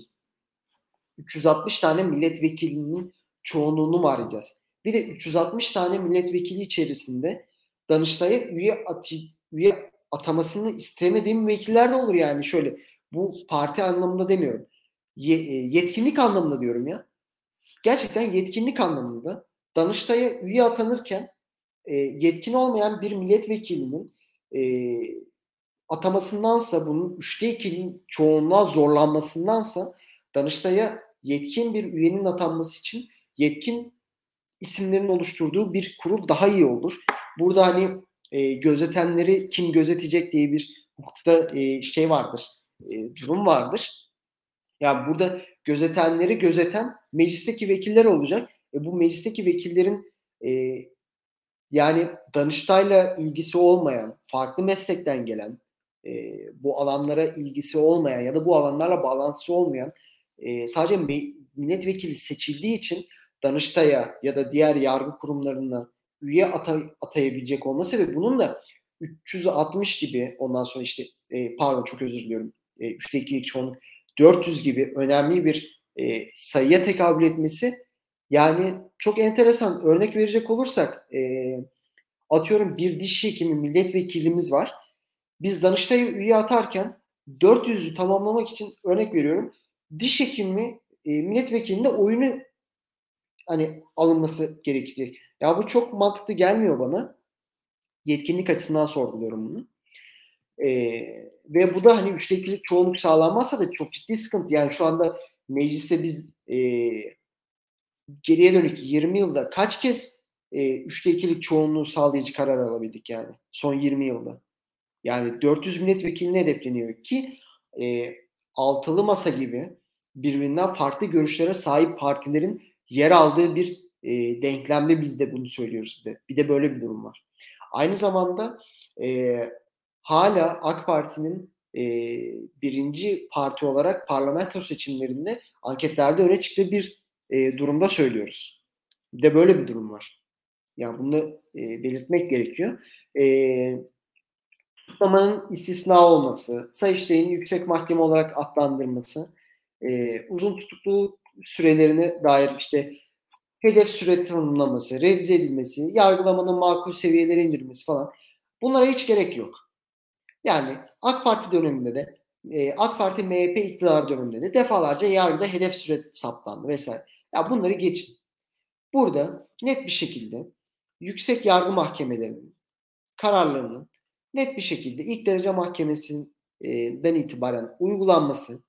üç yüz altmış tane milletvekilinin çoğunluğunu mu arayacağız? Bir de üç yüz altmış tane milletvekili içerisinde Danıştay'a üye, at üye atamasını istemediğim vekiller de olur yani. Şöyle, bu parti anlamında demiyorum. Ye yetkinlik anlamında diyorum ya. Gerçekten yetkinlik anlamında Danıştay'a üye atanırken e, yetkin olmayan bir milletvekilinin e, atamasındansa, bunun üçte ikinin çoğunluğa zorlanmasındansa Danıştay'a yetkin bir üyenin atanması için yetkin isimlerin oluşturduğu bir kurul daha iyi olur. Burada hani e, gözetenleri kim gözetecek diye bir hukukta e, şey vardır, e, durum vardır. Yani burada gözetenleri gözeten meclisteki vekiller olacak. E, bu meclisteki vekillerin e, yani Danıştay'la ilgisi olmayan, farklı meslekten gelen, e, bu alanlara ilgisi olmayan ya da bu alanlarla bağlantısı olmayan e, sadece me- milletvekili seçildiği için Danıştay'a ya da diğer yargı kurumlarına üye ata- atayabilecek olması ve bunun da üç yüz altmış gibi, ondan sonra işte e, pardon çok özür diliyorum, e, üçte ikilik çoğunluk, dört yüz gibi önemli bir e, sayıya tekabül etmesi, yani çok enteresan. Örnek verecek olursak e, atıyorum bir diş hekimi milletvekilimiz var. Biz Danıştay'a üye atarken dört yüzü tamamlamak için örnek veriyorum, diş hekimi e, milletvekilinde oyunu hani alınması gerekecek. Ya bu çok mantıklı gelmiyor bana. Yetkinlik açısından sorguluyorum bunu. E, ve bu da hani üçte ikilik çoğunluk sağlanmazsa da çok ciddi sıkıntı. Yani şu anda mecliste biz e, geriye dönük yirmi yılda kaç kez e, üçte ikilik çoğunluğu sağlayıcı karar alabildik yani son yirmi yılda. Yani dört yüz milletvekiline hedefleniyor ki e, altılı masa gibi birbirinden farklı görüşlere sahip partilerin yer aldığı bir e, denklemde biz de bunu söylüyoruz. Bir de, bir de böyle bir durum var. Aynı zamanda e, hala AK Parti'nin e, birinci parti olarak parlamento seçimlerinde anketlerde öne çıktığı bir e, durumda söylüyoruz. Bir de böyle bir durum var. Yani bunu e, belirtmek gerekiyor. E, Tutuklamanın istisna olması, Sayıştay'ın yüksek mahkeme olarak adlandırması, e, uzun tutukluluk sürelerine dair işte hedef süre tanımlaması, revize edilmesi, yargılamanın makul seviyelere indirilmesi falan, bunlara hiç gerek yok. Yani AK Parti döneminde de e, AK Parti M H P iktidar döneminde de defalarca yargıda hedef süre saptandı vesaire. Ya bunları geçin. Burada net bir şekilde yüksek yargı mahkemelerinin kararlarının net bir şekilde ilk derece mahkemesinden itibaren uygulanması,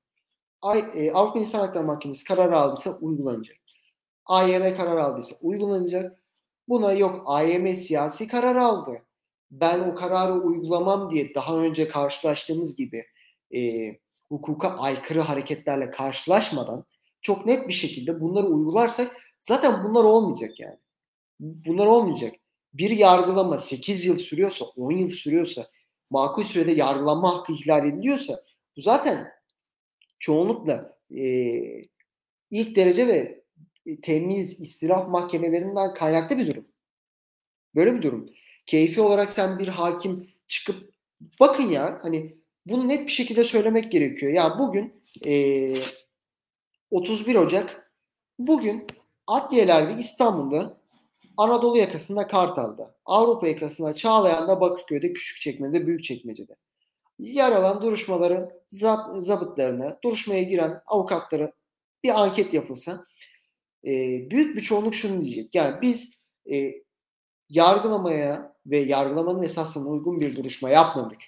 Avrupa İnsan Hakları Mahkemesi kararı aldıysa uygulanacak. A Y M karar aldıysa uygulanacak. Buna yok A Y M siyasi karar aldı, ben o kararı uygulamam diye daha önce karşılaştığımız gibi e, hukuka aykırı hareketlerle karşılaşmadan çok net bir şekilde bunları uygularsak zaten bunlar olmayacak yani. Bunlar olmayacak. Bir yargılama sekiz yıl sürüyorsa, on yıl sürüyorsa, makul sürede yargılanma hakkı ihlal ediliyorsa bu zaten çoğunlukla e, ilk derece ve temiz istiraf mahkemelerinden kaynaklı bir durum. Böyle bir durum. Keyfi olarak sen bir hakim çıkıp bakın ya hani bunu net bir şekilde söylemek gerekiyor. Ya bugün e, otuz bir Ocak bugün adliyelerde İstanbul'da, Anadolu yakasında Kartal'da, Avrupa yakasında Çağlayan'da, Bakırköy'de, Küçükçekmece'de, Büyükçekmece'de yer alan duruşmaların zab zabıtlarına, duruşmaya giren avukatlara bir anket yapılsa e, büyük bir çoğunluk şunu diyecek. Yani biz e, yargılamaya ve yargılamanın esasına uygun bir duruşma yapmadık.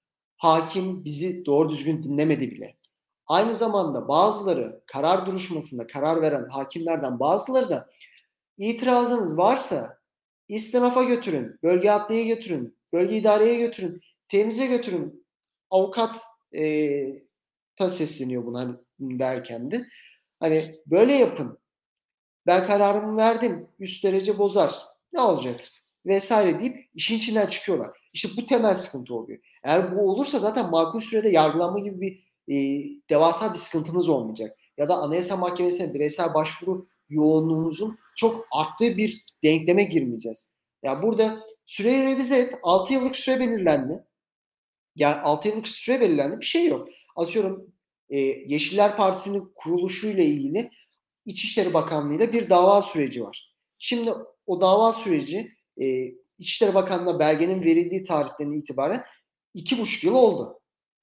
Hakim bizi doğru düzgün dinlemedi bile. Aynı zamanda bazıları karar duruşmasında karar veren hakimlerden bazıları da itirazınız varsa istinafa götürün, bölge adliyeye götürün, bölge idareye götürün, temize götürün. Avukat e, ta sesleniyor buna hani derken de. Hani böyle yapın. Ben kararımı verdim. Üst derece bozar. Ne olacak? Vesaire deyip işin içinden çıkıyorlar. İşte bu temel sıkıntı oluyor. Eğer bu olursa zaten makul sürede yargılanma gibi bir e, devasa bir sıkıntımız olmayacak. Ya da Anayasa Mahkemesi'ne bireysel başvuru yoğunluğumuzun çok arttığı bir denkleme girmeyeceğiz. Ya yani burada süreyi revize et. altı yıllık süre belirlendi. Yani altı yıllık süre belirlendi. Bir şey yok. Atıyorum e, Yeşiller Partisi'nin kuruluşuyla ilgili İçişleri Bakanlığı'yla bir dava süreci var. Şimdi o dava süreci e, İçişleri Bakanlığı'na belgenin verildiği tarihten itibaren iki buçuk yıl oldu.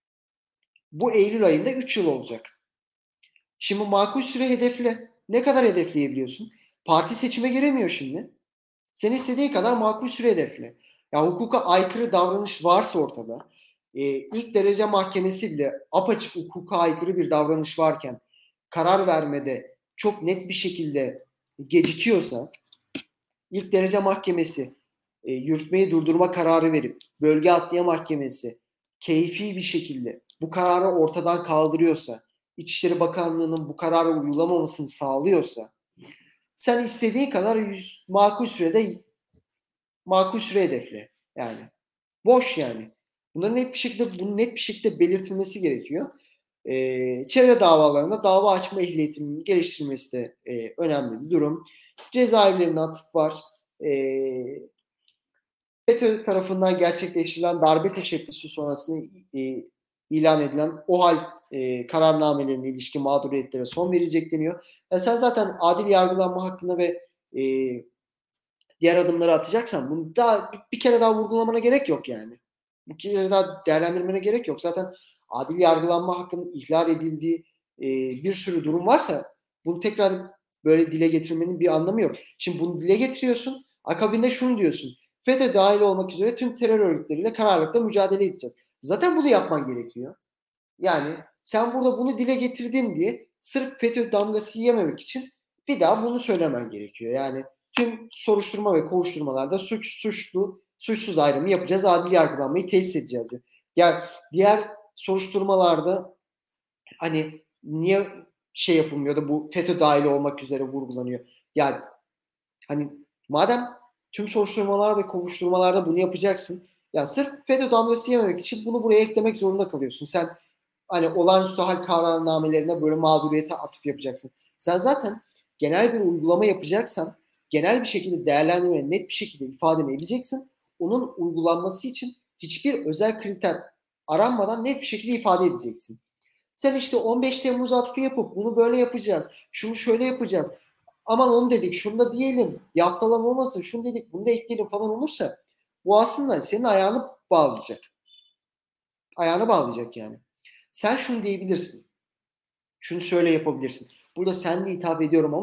Bu Eylül ayında üç yıl olacak. Şimdi makul süre hedefle. Ne kadar hedefleyebiliyorsun? Parti seçime giremiyor şimdi. Sen istediğin kadar makul süre hedefle. Ya hukuka aykırı davranış varsa ortada, e, ilk derece mahkemesi bile apaçık hukuka aykırı bir davranış varken karar vermede çok net bir şekilde gecikiyorsa, ilk derece mahkemesi e, yürütmeyi durdurma kararı verip bölge adliye mahkemesi keyfi bir şekilde bu kararı ortadan kaldırıyorsa, İçişleri Bakanlığı'nın bu kararı uygulamamasını sağlıyorsa, sen istediğin kadar yüz, makul sürede makul süre hedefle. Yani boş yani. Bunların net bir şekilde bunun net bir şekilde belirtilmesi gerekiyor. Ee, çevre davalarında dava açma ehliyetinin geliştirilmesi de e, önemli bir durum. Cezaevlerine atıf var. Ee, FETÖ tarafından gerçekleştirilen darbe teşebbüsü sonrasında e, ilan edilen OHAL e, kararnamelerine ilişkin mağduriyetlere son verilecek deniyor. Yani sen zaten adil yargılanma hakkında ve e, diğer adımları atacaksan bunu daha bir kere daha vurgulamana gerek yok yani. Bir kere daha değerlendirmene gerek yok. Zaten adil yargılanma hakkının ihlal edildiği e, bir sürü durum varsa bunu tekrar böyle dile getirmenin bir anlamı yok. Şimdi bunu dile getiriyorsun. Akabinde şunu diyorsun. FETÖ dahil olmak üzere tüm terör örgütleriyle kararlılıkla mücadele edeceğiz. Zaten bunu yapman gerekiyor. Yani sen burada bunu dile getirdin diye sırf FETÖ damgası yememek için bir daha bunu söylemen gerekiyor. Yani tüm soruşturma ve kovuşturmalarda suç suçlu, suçsuz ayrımı yapacağız. Adil yargılanmayı tesis edeceğiz diyor. Yani diğer soruşturmalarda hani niye şey yapılmıyor da bu FETÖ dahil olmak üzere vurgulanıyor. Yani hani madem tüm soruşturmalar ve kovuşturmalarda bunu yapacaksın. Ya sırf FETÖ damgası yememek için bunu buraya eklemek zorunda kalıyorsun. Sen hani olağanüstü hal kararnamelerine böyle mağduriyete atıf yapacaksın. Sen zaten genel bir uygulama yapacaksan genel bir şekilde değerlendirmeni net bir şekilde ifade edeceksin. Onun uygulanması için hiçbir özel kriter aranmadan net bir şekilde ifade edeceksin. Sen işte on beş Temmuz atfı yapıp bunu böyle yapacağız, şunu şöyle yapacağız, aman onu dedik, şunu da diyelim, yaftalama olmasın, şunu dedik, bunu da ekleyelim falan olursa bu aslında senin ayağını bağlayacak. Ayağını bağlayacak yani. Sen şunu diyebilirsin. Şunu şöyle yapabilirsin. Burada sen de hitap ediyorum ama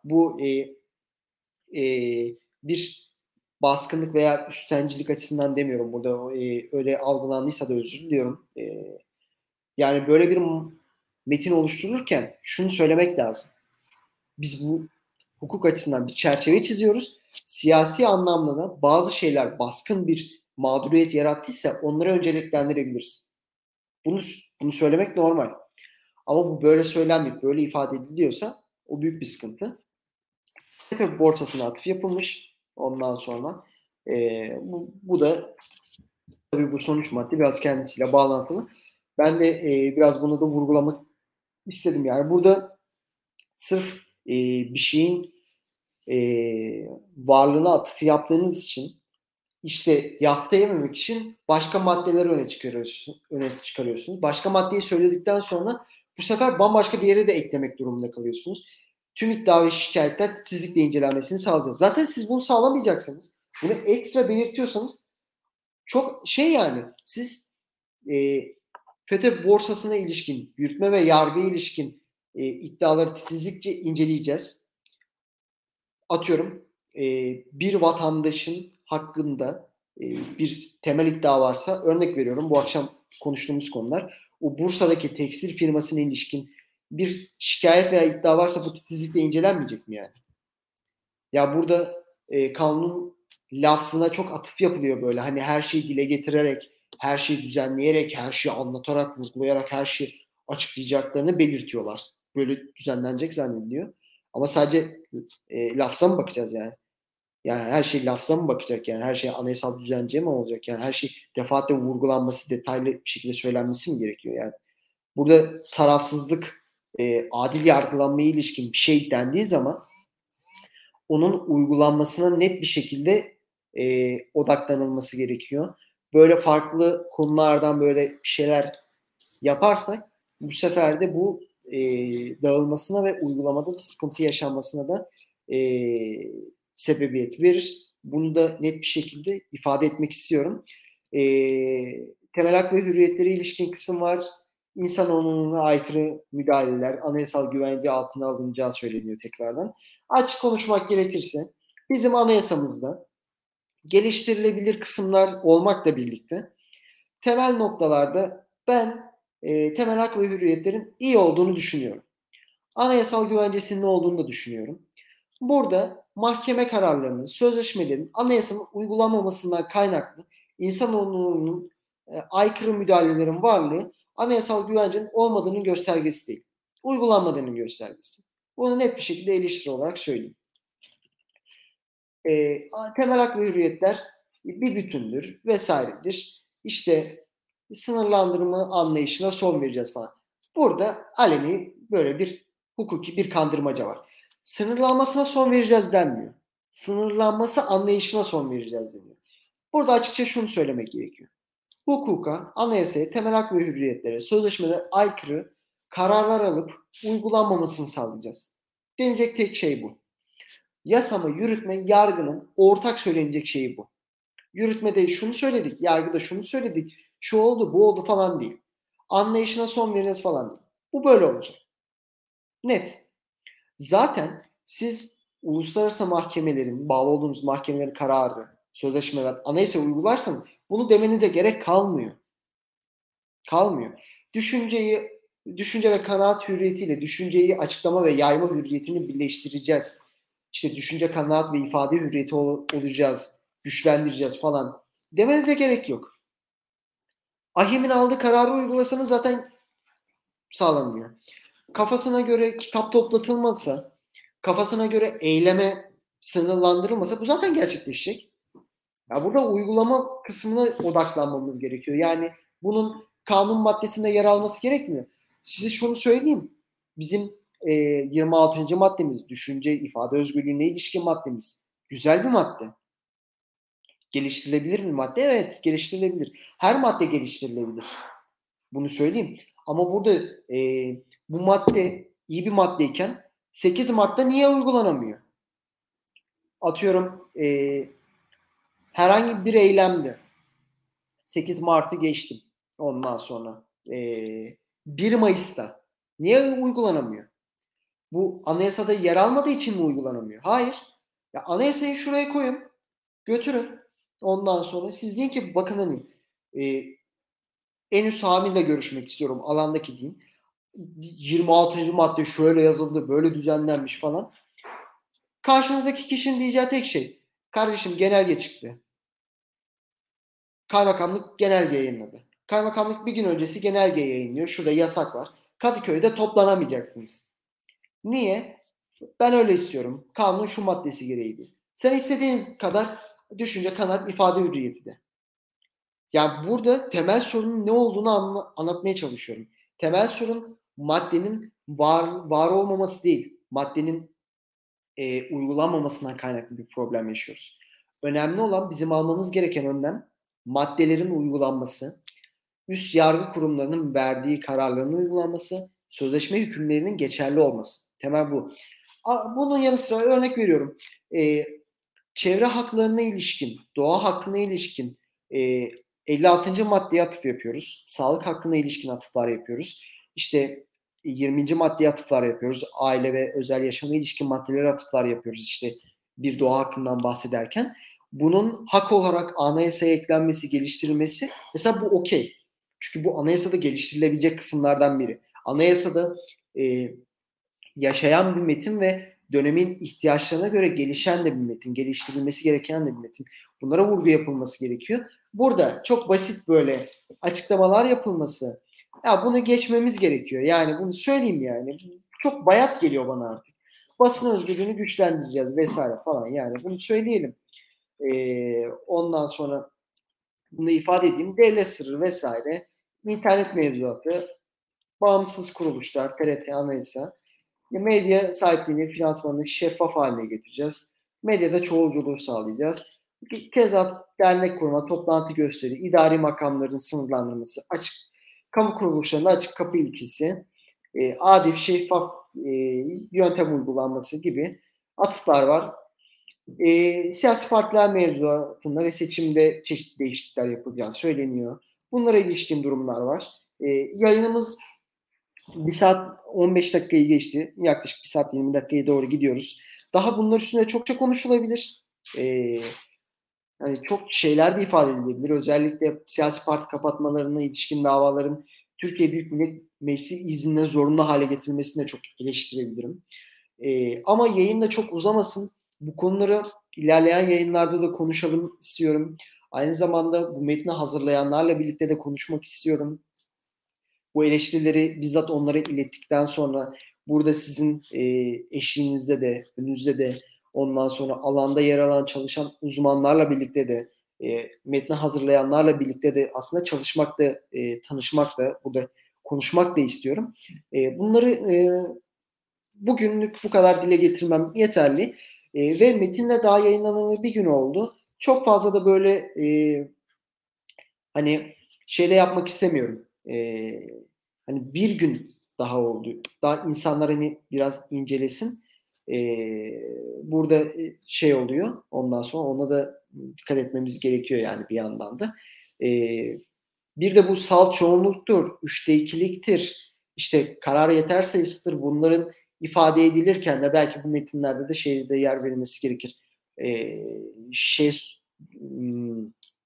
bu e, e, bir baskınlık veya üsttencilik açısından demiyorum. Burada e, öyle algılandıysa da özür diliyorum. E, yani böyle bir metin oluştururken şunu söylemek lazım. Biz bu hukuk açısından bir çerçeve çiziyoruz. Siyasi anlamda da bazı şeyler baskın bir mağduriyet yarattıysa onları önceliklendirebiliriz. Bunu, bunu söylemek normal. Ama bu böyle söylenmeyip böyle ifade ediliyorsa o büyük bir sıkıntı. Tepe borsasına atıf yapılmış ondan sonra. E, bu, bu da tabii bu sonuç madde biraz kendisiyle bağlantılı. Ben de e, biraz bunu da vurgulamak istedim. Yani burada sırf e, bir şeyin e, varlığına atıf yaptığınız için işte yafta yememek için başka maddeleri öne çıkarıyorsunuz. Öne çıkarıyorsunuz. Başka maddeyi söyledikten sonra bu sefer bambaşka bir yere de eklemek durumunda kalıyorsunuz. Tüm iddia ve şikayetler titizlikle incelenmesini sağlayacağız. Zaten siz bunu sağlamayacaksınız. Bunu ekstra belirtiyorsanız çok şey yani siz e, FETÖ borsasına ilişkin, yürütme ve yargıya ilişkin e, iddiaları titizlikçe inceleyeceğiz. Atıyorum e, bir vatandaşın hakkında e, bir temel iddia varsa örnek veriyorum bu akşam konuştuğumuz konular. O Bursa'daki tekstil firmasına ilişkin bir şikayet veya iddia varsa bu titizlikle incelenmeyecek mi yani? Ya burada e, kanun lafzına çok atıf yapılıyor böyle. Hani her şeyi dile getirerek, her şeyi düzenleyerek, her şeyi anlatarak, vurgulayarak, her şeyi açıklayacaklarını belirtiyorlar. Böyle düzenlenecek zannediliyor. Ama sadece e, lafza mı bakacağız yani? Yani her şey lafza mı bakacak yani? Her şey anayasal düzence mi olacak yani? Her şey defaatle vurgulanması, detaylı bir şekilde söylenmesi mi gerekiyor yani? Burada tarafsızlık, e, adil yargılanmaya ilişkin bir şey dendiği zaman onun uygulanmasına net bir şekilde e, odaklanılması gerekiyor. Böyle farklı konulardan böyle şeyler yaparsak bu sefer de bu e, dağılmasına ve uygulamada da sıkıntı yaşanmasına da e, sebebiyet verir. Bunu da net bir şekilde ifade etmek istiyorum. E, temel hak ve hürriyetlere ilişkin kısım var. İnsan onuruna aykırı müdahaleler anayasal güvence altına alınacağı söyleniyor tekrardan. Açık konuşmak gerekirse bizim anayasamızda geliştirilebilir kısımlar olmakla birlikte temel noktalarda ben e, temel hak ve hürriyetlerin iyi olduğunu düşünüyorum. Anayasal güvencesinin ne olduğunu da düşünüyorum. Burada mahkeme kararlarının, sözleşmelerin anayasanın uygulanmamasından kaynaklı insan onurunun e, aykırı müdahalelerin varlığı anayasal güvencenin olmadığının göstergesi değil. Uygulanmadığının göstergesi. Bunu net bir şekilde eleştiri olarak söyleyeyim. E, temel hak ve hürriyetler bir bütündür vesairedir. İşte sınırlandırma anlayışına son vereceğiz falan. Burada aleni böyle bir hukuki bir kandırmaca var. Sınırlanmasına son vereceğiz denmiyor. Sınırlanması anlayışına son vereceğiz deniyor. Burada açıkça şunu söylemek gerekiyor. Hukuka, anayasaya, temel hak ve hürriyetlere, sözleşmelere aykırı kararlar alıp uygulanmamasını sağlayacağız. Denecek tek şey bu. Yasama, yürütme, yargının ortak söylenecek şeyi bu. Yürütmede şunu söyledik, yargıda şunu söyledik, şu oldu, bu oldu falan değil. Anlayışına son veriniz falan değil. Bu böyle olacak. Net. Zaten siz uluslararası mahkemelerin, bağlı olduğunuz mahkemelerin kararı, sözleşmeler, anayasa uygularsanız bunu demenize gerek kalmıyor. Kalmıyor. Düşünceyi, düşünce ve kanaat hürriyetiyle düşünceyi açıklama ve yayma hürriyetini birleştireceğiz. İşte düşünce, kanaat ve ifade hürriyeti ol- olacağız, güçlendireceğiz falan demenize gerek yok. Ahim'in aldığı kararı uygulasanız zaten sağlanmıyor. Kafasına göre kitap toplatılmasa, kafasına göre eyleme sınırlandırılmasa bu zaten gerçekleşecek. Ya burada uygulama kısmına odaklanmamız gerekiyor. Yani bunun kanun maddesinde yer alması gerekmiyor. Size şunu söyleyeyim. Bizim e, yirmi altıncı maddemiz, düşünce, ifade özgürlüğüne ilişkin maddemiz. Güzel bir madde. Geliştirilebilir bir madde. Evet, geliştirilebilir. Her madde geliştirilebilir. Bunu söyleyeyim. Ama burada e, bu madde iyi bir maddeyken sekiz Mart'ta niye uygulanamıyor? Atıyorum e, herhangi bir eylemde sekiz Mart'ı geçtim ondan sonra. E, bir Mayıs'ta niye uygulanamıyor? Bu anayasada yer almadığı için mi uygulanamıyor? Hayır. Ya anayasayı şuraya koyun, götürün. Ondan sonra siz deyin ki bakın hani e, en üst amirle görüşmek istiyorum alandaki deyin. yirmi altıncı madde şöyle yazıldı, böyle düzenlenmiş falan. Karşınızdaki kişinin diyeceği tek şey, kardeşim genelge çıktı. Kaymakamlık genelge yayınladı. Kaymakamlık bir gün öncesi genelge yayınlıyor. Şurada yasak var. Kadıköy'de toplanamayacaksınız. Niye? Ben öyle istiyorum. Kanunun şu maddesi gereğiydi. Sen istediğiniz kadar düşünce, kanaat, ifade hürriyeti de. Yani burada temel sorunun ne olduğunu anla- anlatmaya çalışıyorum. Temel sorun maddenin var, var olmaması değil. Maddenin e, uygulanmamasından kaynaklı bir problem yaşıyoruz. Önemli olan bizim almamız gereken önlem maddelerin uygulanması, üst yargı kurumlarının verdiği kararların uygulanması, sözleşme hükümlerinin geçerli olması. Temel bu. Bunun yanı sıra örnek veriyorum. E, çevre haklarına ilişkin, doğa hakkına ilişkin e, elli altıncı maddeye atıf yapıyoruz. Sağlık hakkına ilişkin atıflar yapıyoruz. İşte yirminci maddeye atıflar yapıyoruz. Aile ve özel yaşama ilişkin maddelere atıflar yapıyoruz. İşte bir doğa hakkından bahsederken. Bunun hak olarak anayasaya eklenmesi, geliştirilmesi mesela bu okey. Çünkü bu anayasada geliştirilebilecek kısımlardan biri. Anayasada e, yaşayan bir metin ve dönemin ihtiyaçlarına göre gelişen de bir metin, geliştirilmesi gereken de bir metin. Bunlara vurgu yapılması gerekiyor. Burada çok basit böyle açıklamalar yapılması, ya bunu geçmemiz gerekiyor. Yani bunu söyleyeyim yani. Çok bayat geliyor bana artık. Basın özgürlüğünü güçlendireceğiz vesaire falan yani bunu söyleyelim. Ee, ondan sonra bunu ifade edeyim. Devlet sırrı vesaire, internet mevzuatı, bağımsız kuruluşlar, T R T, Anayasa, medya sahipliğini, finansmanını şeffaf haline getireceğiz. Medyada çoğulculuğu sağlayacağız. Keza dernek kurma, toplantı gösteri, idari makamların sınırlandırması, açık kamu kuruluşlarında açık kapı ilkesi, e, adil, şeffaf e, yöntem uygulanması gibi atıflar var. E, siyasi partiler mevzuatında ve seçimde çeşitli değişiklikler yapılacağı söyleniyor. Bunlara ilişkin durumlar var. E, yayınımız bir saat on beş dakikayı geçti. Yaklaşık bir saat yirmi dakikaya doğru gidiyoruz. Daha bunlar üstünde çokça konuşulabilir. Ee, hani çok şeyler de ifade edilebilir. Özellikle siyasi parti kapatmalarına ilişkin davaların Türkiye Büyük Millet Meclisi iznine zorunlu hale getirilmesini de çok eleştirebilirim. Ee, ama yayın da çok uzamasın. Bu konuları ilerleyen yayınlarda da konuşalım istiyorum. Aynı zamanda bu metni hazırlayanlarla birlikte de konuşmak istiyorum. Bu eleştirileri bizzat onlara ilettikten sonra burada sizin e, eşliğinizde de, önünüzde de ondan sonra alanda yer alan çalışan uzmanlarla birlikte de e, metni hazırlayanlarla birlikte de aslında çalışmak da, e, tanışmak da, burada konuşmak da istiyorum. E, bunları e, bugünlük bu kadar dile getirmem yeterli. E, ve metinle daha yayınlanalı bir gün oldu. Çok fazla da böyle e, hani şeyde yapmak istemiyorum. E, hani bir gün daha oldu. Daha insanlar hani biraz incelesin. Ee, burada şey oluyor. Ondan sonra ona da dikkat etmemiz gerekiyor yani bir yandan da. Ee, bir de bu salt çoğunluktur, üçte ikiliktir, işte karar yeter sayısıdır. Bunların ifade edilirken de belki bu metinlerde de şeyde yer verilmesi gerekir. Ee, şey hmm,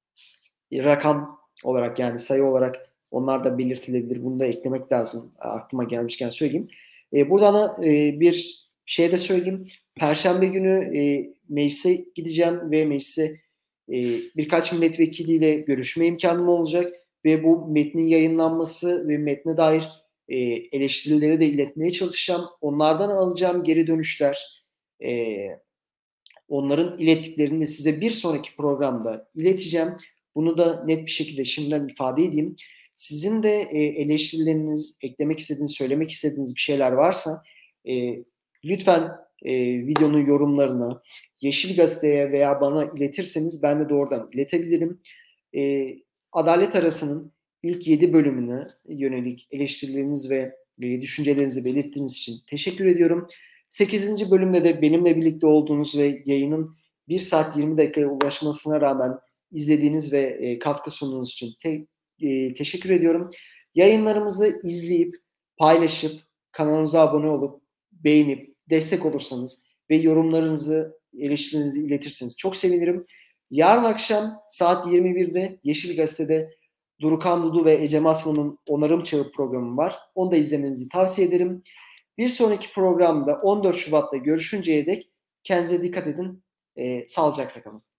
rakam olarak yani sayı olarak onlar da belirtilebilir. Bunu da eklemek lazım. Aklıma gelmişken söyleyeyim. E, buradan e, bir şey de söyleyeyim. Perşembe günü e, meclise gideceğim ve meclise e, birkaç milletvekiliyle görüşme imkanım olacak ve bu metnin yayınlanması ve metne dair e, eleştirileri de iletmeye çalışacağım. Onlardan alacağım geri dönüşler, e, onların ilettiklerini de size bir sonraki programda ileteceğim. Bunu da net bir şekilde şimdiden ifade edeyim. Sizin de e, eleştirileriniz, eklemek istediğiniz, söylemek istediğiniz bir şeyler varsa e, lütfen e, videonun yorumlarına, Yeşil Gazete'ye veya bana iletirseniz ben de doğrudan iletebilirim. E, Adalet Arası'nın ilk yedi bölümüne yönelik eleştirileriniz ve e, düşüncelerinizi belirttiğiniz için teşekkür ediyorum. sekizinci bölümde de benimle birlikte olduğunuz ve yayının bir saat yirmi dakikaya ulaşmasına rağmen izlediğiniz ve e, katkı sunduğunuz için te- e, teşekkür ediyorum. Yayınlarımızı izleyip, paylaşıp, kanalımıza abone olup beğenip destek olursanız ve yorumlarınızı, eleştirilerinizi iletirseniz çok sevinirim. Yarın akşam saat yirmi birde Yeşil Gazete'de Durukan Dudu ve Ece Masman'ın Onarım Çağı programı var. Onu da izlemenizi tavsiye ederim. Bir sonraki programda on dört Şubat'ta görüşünceye dek kendinize dikkat edin. Ee, sağlıcakla kalın.